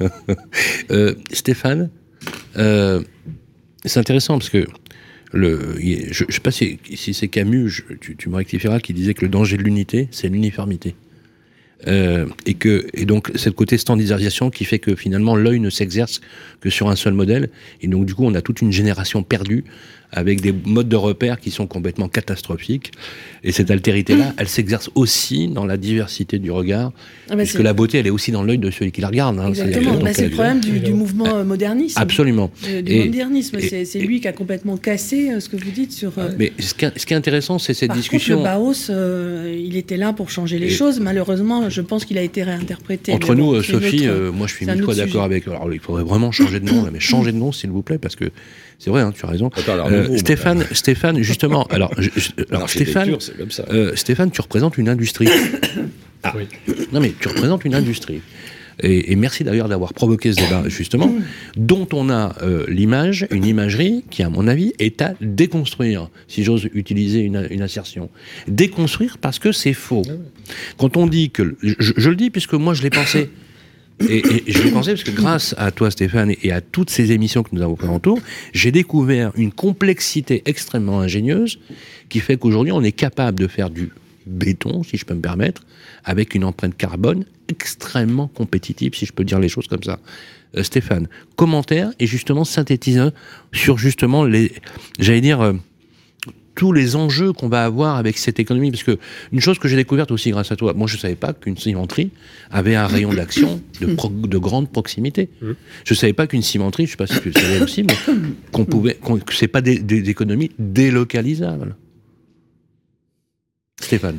Euh, Stéphane, euh, c'est intéressant parce que le, il- je ne sais pas si, si c'est Camus, je- tu, tu me rectifieras, qui disait que le danger de l'unité, c'est l'uniformité. Euh, et que et donc c'est le côté standardisation qui fait que finalement l'œil ne s'exerce que sur un seul modèle, et donc du coup on a toute une génération perdue avec des modes de repère qui sont complètement catastrophiques, et cette altérité-là, elle s'exerce aussi dans la diversité du regard, Ah bah, puisque c'est- la beauté elle est aussi dans l'œil de celui qui la regarde. hein. Exactement. C'est-à-dire, Bah, donc, c'est le elle- problème du, du mouvement euh, moderniste. Absolument. Euh, Du Et- modernisme. et- C'est c'est et- lui qui a complètement cassé euh, ce que vous dites sur. euh, Mais ce qui est, ce qui est intéressant, c'est cette Par discussion. contre, le Bauhaus, euh, il était là pour changer les Et- choses. Malheureusement, bien. Je pense qu'il a été réinterprété. Entre bon, nous, Sophie, notre, euh, moi je suis mille fois d'accord avec... Alors il faudrait vraiment changer de nom, là, mais changer de nom s'il vous plaît, parce que c'est vrai, hein, tu as raison. Attends, alors, euh, nouveau, Stéphane, mais... Stéphane, justement, alors, je, je, alors Stéphane, c'est comme ça. Euh, Stéphane, tu représentes une industrie. Ah. Oui. Non mais tu représentes une industrie. Et, et merci d'ailleurs d'avoir provoqué ce débat, justement, dont on a euh, l'image, une imagerie qui, à mon avis, est à déconstruire, si j'ose utiliser une, une assertion. Déconstruire parce que c'est faux. Quand on dit que... Je, je le dis puisque moi, je l'ai pensé. Et, et je l'ai pensé parce que grâce à toi, Stéphane, et à toutes ces émissions que nous avons fait en tour, j'ai découvert une complexité extrêmement ingénieuse qui fait qu'aujourd'hui, on est capable de faire du béton, si je peux me permettre, avec une empreinte carbone extrêmement compétitive, si je peux dire les choses comme ça. Euh, Stéphane, commentaire et justement synthétisant sur justement les, j'allais dire, euh, tous les enjeux qu'on va avoir avec cette économie. Parce que une chose que j'ai découverte aussi grâce à toi, moi je ne savais pas qu'une cimenterie avait un rayon d'action de, pro, de grande proximité. Mmh. Je ne savais pas qu'une cimenterie, je ne sais pas si tu le savais aussi, mais qu'on pouvait, qu'on, que ce n'est pas des, des économies délocalisables. Stéphane.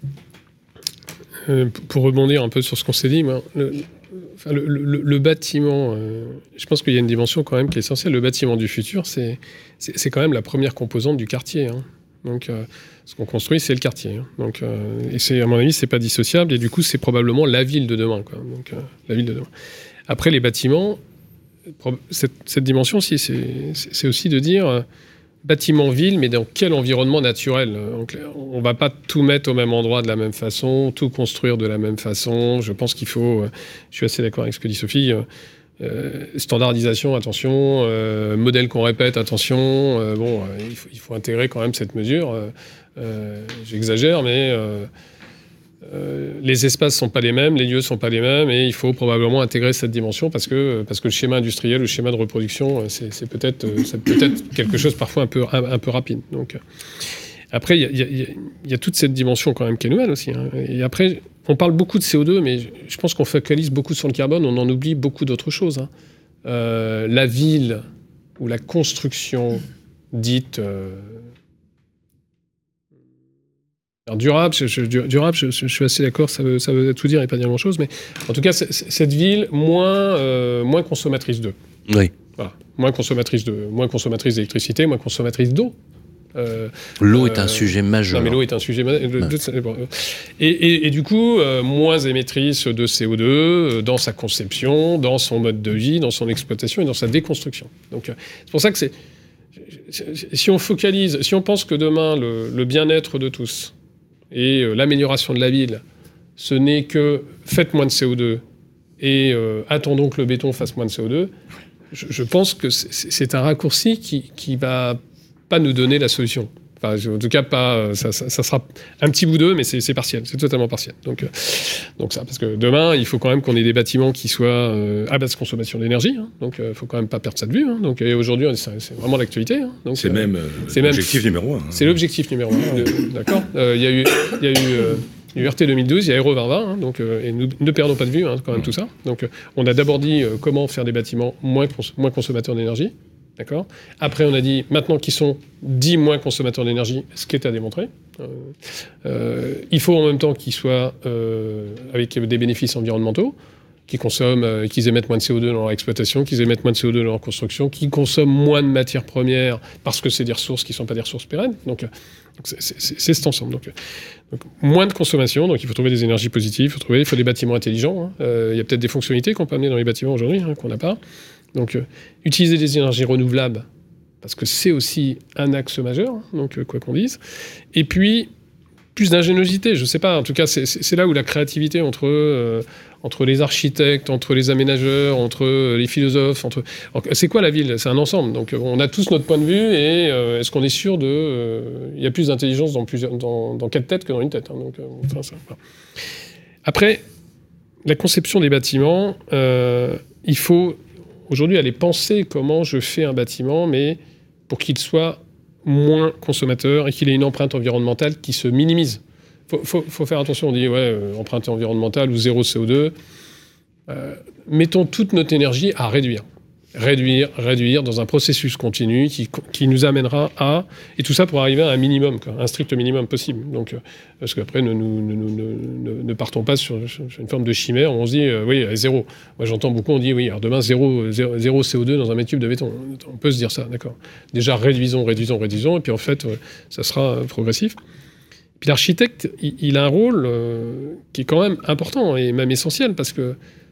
Euh, pour rebondir un peu sur ce qu'on s'est dit, moi, le, enfin, le, le, le bâtiment, euh, je pense qu'il y a une dimension quand même qui est essentielle. Le bâtiment du futur, c'est, c'est, c'est quand même la première composante du quartier. Hein. Donc, euh, ce qu'on construit, c'est le quartier. Hein. Donc, euh, et c'est, à mon avis, c'est pas dissociable. Et du coup, c'est probablement la ville de demain. Quoi. Donc, euh, la ville de demain. Après, les bâtiments, cette, cette dimension aussi, c'est, c'est aussi de dire... Euh, bâtiment ville, mais dans quel environnement naturel ? On ne va pas tout mettre au même endroit de la même façon, tout construire de la même façon. Je pense qu'il faut... Je suis assez d'accord avec ce que dit Sophie. Euh, standardisation, attention. Euh, modèle qu'on répète, attention. Euh, bon, euh, il, faut, il faut intégrer quand même cette mesure. Euh, euh, j'exagère, mais... Euh, Euh, les espaces ne sont pas les mêmes, les lieux ne sont pas les mêmes, et il faut probablement intégrer cette dimension parce que, parce que le schéma industriel, le schéma de reproduction, c'est, c'est, peut-être, c'est peut-être quelque chose parfois un peu, un, un peu rapide. Donc, après, il y, y, y a toute cette dimension quand même qui est nouvelle aussi. Hein. Et après, on parle beaucoup de C O deux, mais je pense qu'on focalise beaucoup sur le carbone, on en oublie beaucoup d'autres choses. Hein. Euh, la ville ou la construction dite... Euh, Alors, durable, je, je, durable je, je, je suis assez d'accord, ça veut, ça veut tout dire et pas dire grand-chose, mais en tout cas, c'est, c'est, cette ville, moins, euh, moins consommatrice d'eau. Oui. Voilà. Moins consommatrice, de, moins consommatrice d'électricité, moins consommatrice d'eau. Euh, l'eau euh, est un sujet majeur. Non, mais l'eau est un sujet majeur. Ouais. Et, et, et du coup, euh, moins émettrice de C O deux euh, dans sa conception, dans son mode de vie, dans son exploitation et dans sa déconstruction. Donc, euh, c'est pour ça que c'est... Si on focalise, si on pense que demain, le, le bien-être de tous, et euh, l'amélioration de la ville, ce n'est que faites moins de C O deux et euh, attendons que le béton fasse moins de C O deux, je, je pense que c'est, c'est un raccourci qui ne va pas nous donner la solution. Enfin, en tout cas, pas, ça, ça, ça sera un petit bout d'eux, mais c'est, c'est partiel, c'est totalement partiel. Donc, euh, donc ça, parce que demain, il faut quand même qu'on ait des bâtiments qui soient euh, à basse consommation d'énergie. Hein, donc, il euh, faut quand même pas perdre ça de vue. Hein, donc, et aujourd'hui, c'est, c'est vraiment l'actualité. Hein, donc, c'est, euh, même, euh, c'est l'objectif même, numéro un. Hein. C'est l'objectif numéro un. de, d'accord. Il euh, y a eu, il y a eu euh, U R T deux mille douze, il y a Aéro vingt vingt. Hein, donc, euh, et nous ne perdons pas de vue hein, quand même mmh. tout ça. Donc, euh, on a d'abord dit euh, comment faire des bâtiments moins, cons- moins consommateurs d'énergie. D'accord. Après, on a dit, maintenant qu'ils sont dix moins consommateurs d'énergie, ce qui est à démontrer, euh, euh, il faut en même temps qu'ils soient euh, avec des bénéfices environnementaux, qu'ils consomment, euh, qu'ils émettent moins de C O deux dans leur exploitation, qu'ils émettent moins de C O deux dans leur construction, qu'ils consomment moins de matières premières parce que c'est des ressources qui ne sont pas des ressources pérennes. Donc, donc c'est, c'est, c'est cet ensemble. Donc, donc, moins de consommation, donc il faut trouver des énergies positives, il faut, trouver, il faut des bâtiments intelligents. Hein. Euh, il y a peut-être des fonctionnalités qu'on peut amener dans les bâtiments aujourd'hui hein, qu'on n'a pas. Donc, euh, utiliser des énergies renouvelables, parce que c'est aussi un axe majeur, hein, donc euh, quoi qu'on dise. Et puis, plus d'ingéniosité, je ne sais pas, en tout cas, c'est, c'est, c'est là où la créativité entre, euh, entre les architectes, entre les aménageurs, entre euh, les philosophes, entre... Alors, c'est quoi la ville ? C'est un ensemble. Donc, euh, on a tous notre point de vue, et euh, est-ce qu'on est sûr de... Euh, il y a plus d'intelligence dans, plusieurs, dans, dans quatre têtes que dans une tête. Hein, donc, euh, enfin, ça, voilà. Après, la conception des bâtiments, euh, il faut... Aujourd'hui, aller penser comment je fais un bâtiment, mais pour qu'il soit moins consommateur et qu'il ait une empreinte environnementale qui se minimise. Il faut, faut, faut faire attention, on dit, ouais, euh, empreinte environnementale ou zéro C O deux. Euh, mettons toute notre énergie à réduire. réduire, réduire dans un processus continu qui, qui nous amènera à... Et tout ça pour arriver à un minimum, quoi, un strict minimum possible. Donc, euh, parce qu'après, ne, ne, ne, ne, ne partons pas sur, sur une forme de chimère où on se dit, euh, oui, zéro. Moi, j'entends beaucoup, on dit, oui, alors demain, zéro, zéro, zéro C O deux dans un mètre cube de béton. On peut se dire ça, d'accord. Déjà, réduisons, réduisons, réduisons, et puis en fait, euh, ça sera progressif. Puis l'architecte, il, il a un rôle euh, qui est quand même important et même essentiel, parce que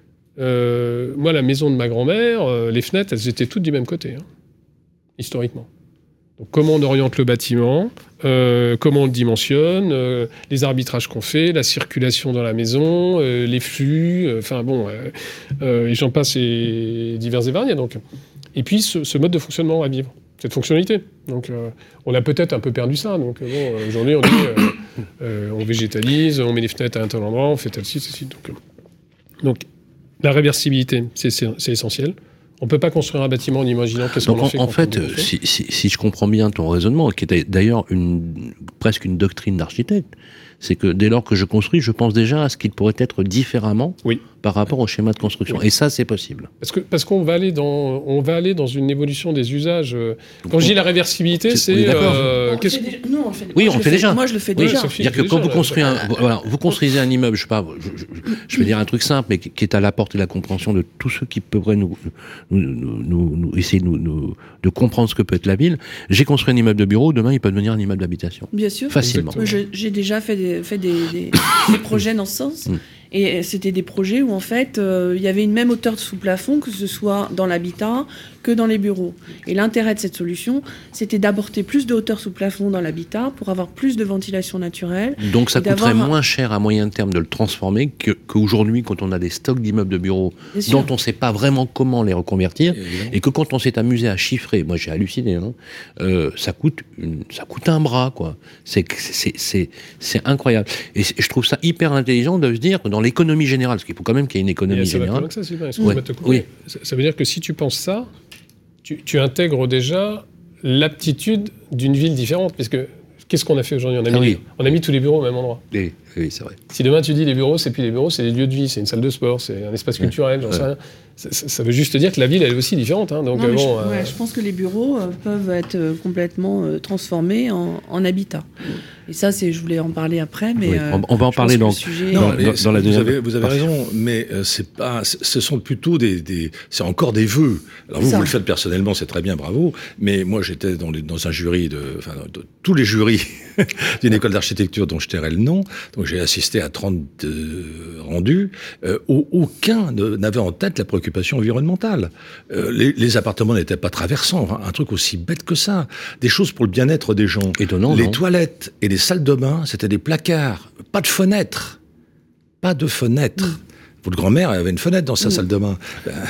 euh, moi, la maison de ma grand-mère, euh, les fenêtres, elles étaient toutes du même côté, hein, historiquement. Donc, comment on oriente le bâtiment, euh, comment on le dimensionne, euh, les arbitrages qu'on fait, la circulation dans la maison, euh, les flux, enfin euh, bon, euh, euh, et j'en passe et divers et variés. Donc. Et puis, ce, ce mode de fonctionnement à vivre, cette fonctionnalité. Donc, euh, on a peut-être un peu perdu ça. Donc, euh, bon, aujourd'hui, on dit, euh, euh, on végétalise, on met les fenêtres à un tel endroit, on fait tel ci, ceci. Donc, euh, donc, la réversibilité, c'est, c'est, c'est essentiel. On ne peut pas construire un bâtiment en imaginant qu'est-ce qu'on en fait. En fait, si, si, si je comprends bien ton raisonnement, qui est d'ailleurs une, presque une doctrine d'architecte, c'est que dès lors que je construis, je pense déjà à ce qu'il pourrait être différemment oui. par rapport au schéma de construction. Oui. Et ça, c'est possible. Parce que parce qu'on va aller dans on va aller dans une évolution des usages. Quand je dis la réversibilité, c'est, c'est euh, qu'est-ce que nous on le fait. Oui, on le fait déjà. Moi, je le fais oui, déjà. C'est-à-dire que quand vous construisez un, voilà, vous construisez un immeuble, je sais pas, je, je, je vais dire un truc simple, mais qui, qui est à la portée de la compréhension de tous ceux qui pourraient nous, nous, nous, nous, nous essayer de nous, nous de comprendre ce que peut être la ville. J'ai construit un immeuble de bureau, demain il peut devenir un immeuble d'habitation. Bien sûr. Facilement. Moi, je, j'ai déjà fait des, fait des, des, des projets dans ce sens. Mm. Et c'était des projets où, en fait, euh, il y avait une même hauteur de sous-plafond, que ce soit dans l'habitat que dans les bureaux. Et l'intérêt de cette solution, c'était d'apporter plus de hauteur sous-plafond dans l'habitat pour avoir plus de ventilation naturelle. Donc ça coûterait moins cher à moyen terme de le transformer que, qu'aujourd'hui, quand on a des stocks d'immeubles de bureaux dont on ne sait pas vraiment comment les reconvertir, et, et que quand on s'est amusé à chiffrer, moi j'ai halluciné, hein, euh, ça, coûte une, ça coûte un bras, quoi. C'est, c'est, c'est, c'est incroyable. Et je trouve ça hyper intelligent de se dire que dans l'économie générale, parce qu'il faut quand même qu'il y ait une économie ça générale. Va ça, c'est ouais. oui. ça, ça veut dire que si tu penses ça, tu, tu intègres déjà l'aptitude d'une ville différente, parce que qu'est-ce qu'on a fait aujourd'hui ? On a mis, ah oui. on a mis tous les bureaux au même endroit. Oui, oui, c'est vrai. Si demain tu dis les bureaux, c'est plus les bureaux, c'est des lieux de vie, c'est une salle de sport, c'est un espace culturel, j'en ouais. sais rien. Ça, ça veut juste dire que la ville, elle est aussi différente. Hein, donc, non, bon, je, euh... ouais, je pense que les bureaux euh, peuvent être euh, complètement euh, transformés en, en habitat. Et ça, c'est, je voulais en parler après, mais... Oui, euh, on va en parler dans, sujet... dans, non, dans, dans la vous avez, vous avez raison, mais euh, c'est pas, ce sont plutôt des, des... C'est encore des vœux. Alors vous, ça. vous le faites personnellement, c'est très bien, bravo, mais moi, j'étais dans, les, dans un jury de... Enfin, de, tous les jurys d'une école d'architecture dont je tairai le nom, donc j'ai assisté à trente euh, rendus, euh, où aucun ne, n'avait en tête la préoccupation environnementale. Euh, les, les appartements n'étaient pas traversants, hein, un truc aussi bête que ça. Des choses pour le bien-être des gens. Étonnant, les non toilettes et les salles de bain, c'était des placards, pas de fenêtres. Pas de fenêtres. Mmh. Votre grand-mère avait une fenêtre dans sa mmh. salle de bain.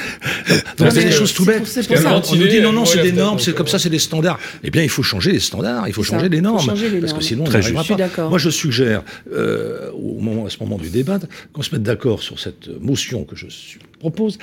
Donc c'est des choses tout bêtes. C'est pour ça. On nous dit non, non, c'est des normes, c'est comme ça, c'est des standards. Eh bien, il faut changer les standards, il faut changer les normes. Changer les parce normes. que sinon, on Très n'arrivera pas. D'accord. Moi, je suggère, euh, au moment, à ce moment du débat, qu'on se mette d'accord sur cette motion que je propose,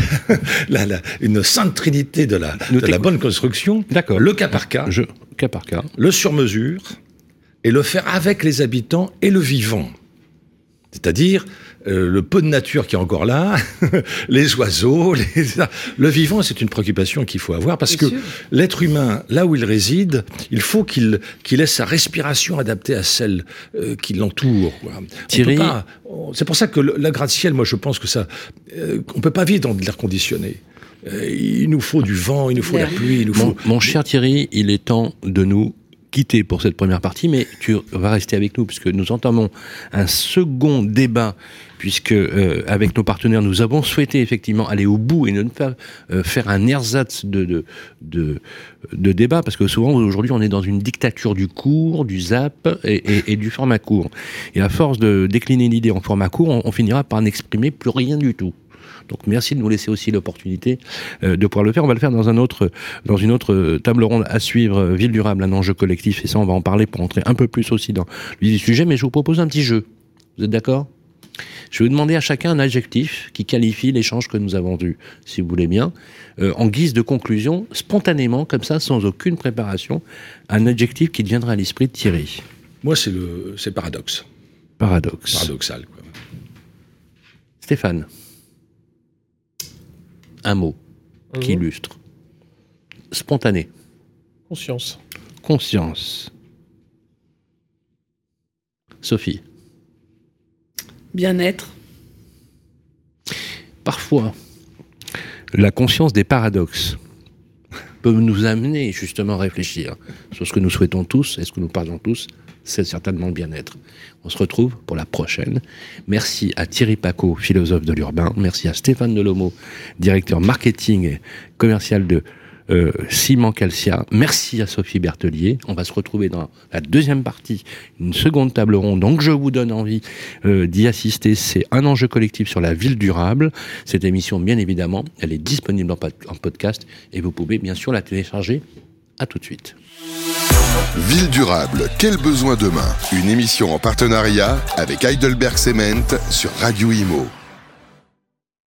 la, la, une sainte trinité de la, de la bonne construction. D'accord. Le cas par cas. Je, cas par cas. Le sur-mesure. Et le faire avec les habitants et le vivant. C'est-à-dire euh, le peu de nature qui est encore là, les oiseaux, les... le vivant, c'est une préoccupation qu'il faut avoir parce Bien que sûr. L'être humain, là où il réside, il faut qu'il, qu'il ait sa respiration adaptée à celle euh, qui l'entoure. Quoi. Thierry, pas, on, c'est pour ça que le, la gratte-ciel, moi je pense que ça, euh, on peut pas vivre dans de l'air conditionné. Euh, il nous faut du vent, il nous faut la pluie, il nous mon, faut. Mon cher Thierry, il est temps de nous quitter pour cette première partie, mais tu vas rester avec nous puisque nous entamons un second débat puisque euh, avec nos partenaires nous avons souhaité effectivement aller au bout et ne pas euh, faire un ersatz de, de, de, de débat parce que souvent aujourd'hui on est dans une dictature du court, du zap et, et, et du format court. Et à force de décliner l'idée en format court, on, on finira par n'exprimer plus rien du tout. Donc merci de nous laisser aussi l'opportunité euh, de pouvoir le faire. On va le faire dans un autre, dans une autre table ronde à suivre, euh, Ville durable, un enjeu collectif. Et ça, on va en parler pour entrer un peu plus aussi dans le sujet. Mais je vous propose un petit jeu. Vous êtes d'accord ? Je vais vous demander à chacun un adjectif qui qualifie l'échange que nous avons eu, si vous voulez bien, euh, en guise de conclusion, spontanément, comme ça, sans aucune préparation, un adjectif qui viendra à l'esprit de Thierry. Moi, c'est le, c'est paradoxe. Paradoxe. Paradoxal, quoi. Stéphane. Un mot. mmh. qui illustre. Spontané. Conscience. Conscience. Sophie. Bien-être. Parfois, la conscience des paradoxes peut nous amener justement à réfléchir sur ce que nous souhaitons tous et ce que nous parlons tous, c'est certainement le bien-être. On se retrouve pour la prochaine. Merci à Thierry Pacaud, philosophe de l'urbain. Merci à Stéphane Delomo, directeur marketing et commercial de euh, Ciment Calcia. Merci à Sophie Berthelier. On va se retrouver dans la deuxième partie, une seconde table ronde. Donc je vous donne envie euh, d'y assister. C'est un enjeu collectif sur la ville durable. Cette émission, bien évidemment, elle est disponible en, pod- en podcast et vous pouvez bien sûr la télécharger. À tout de suite. Ville durable, quel besoin demain? Une émission en partenariat avec Heidelberg Cement sur Radio Imo.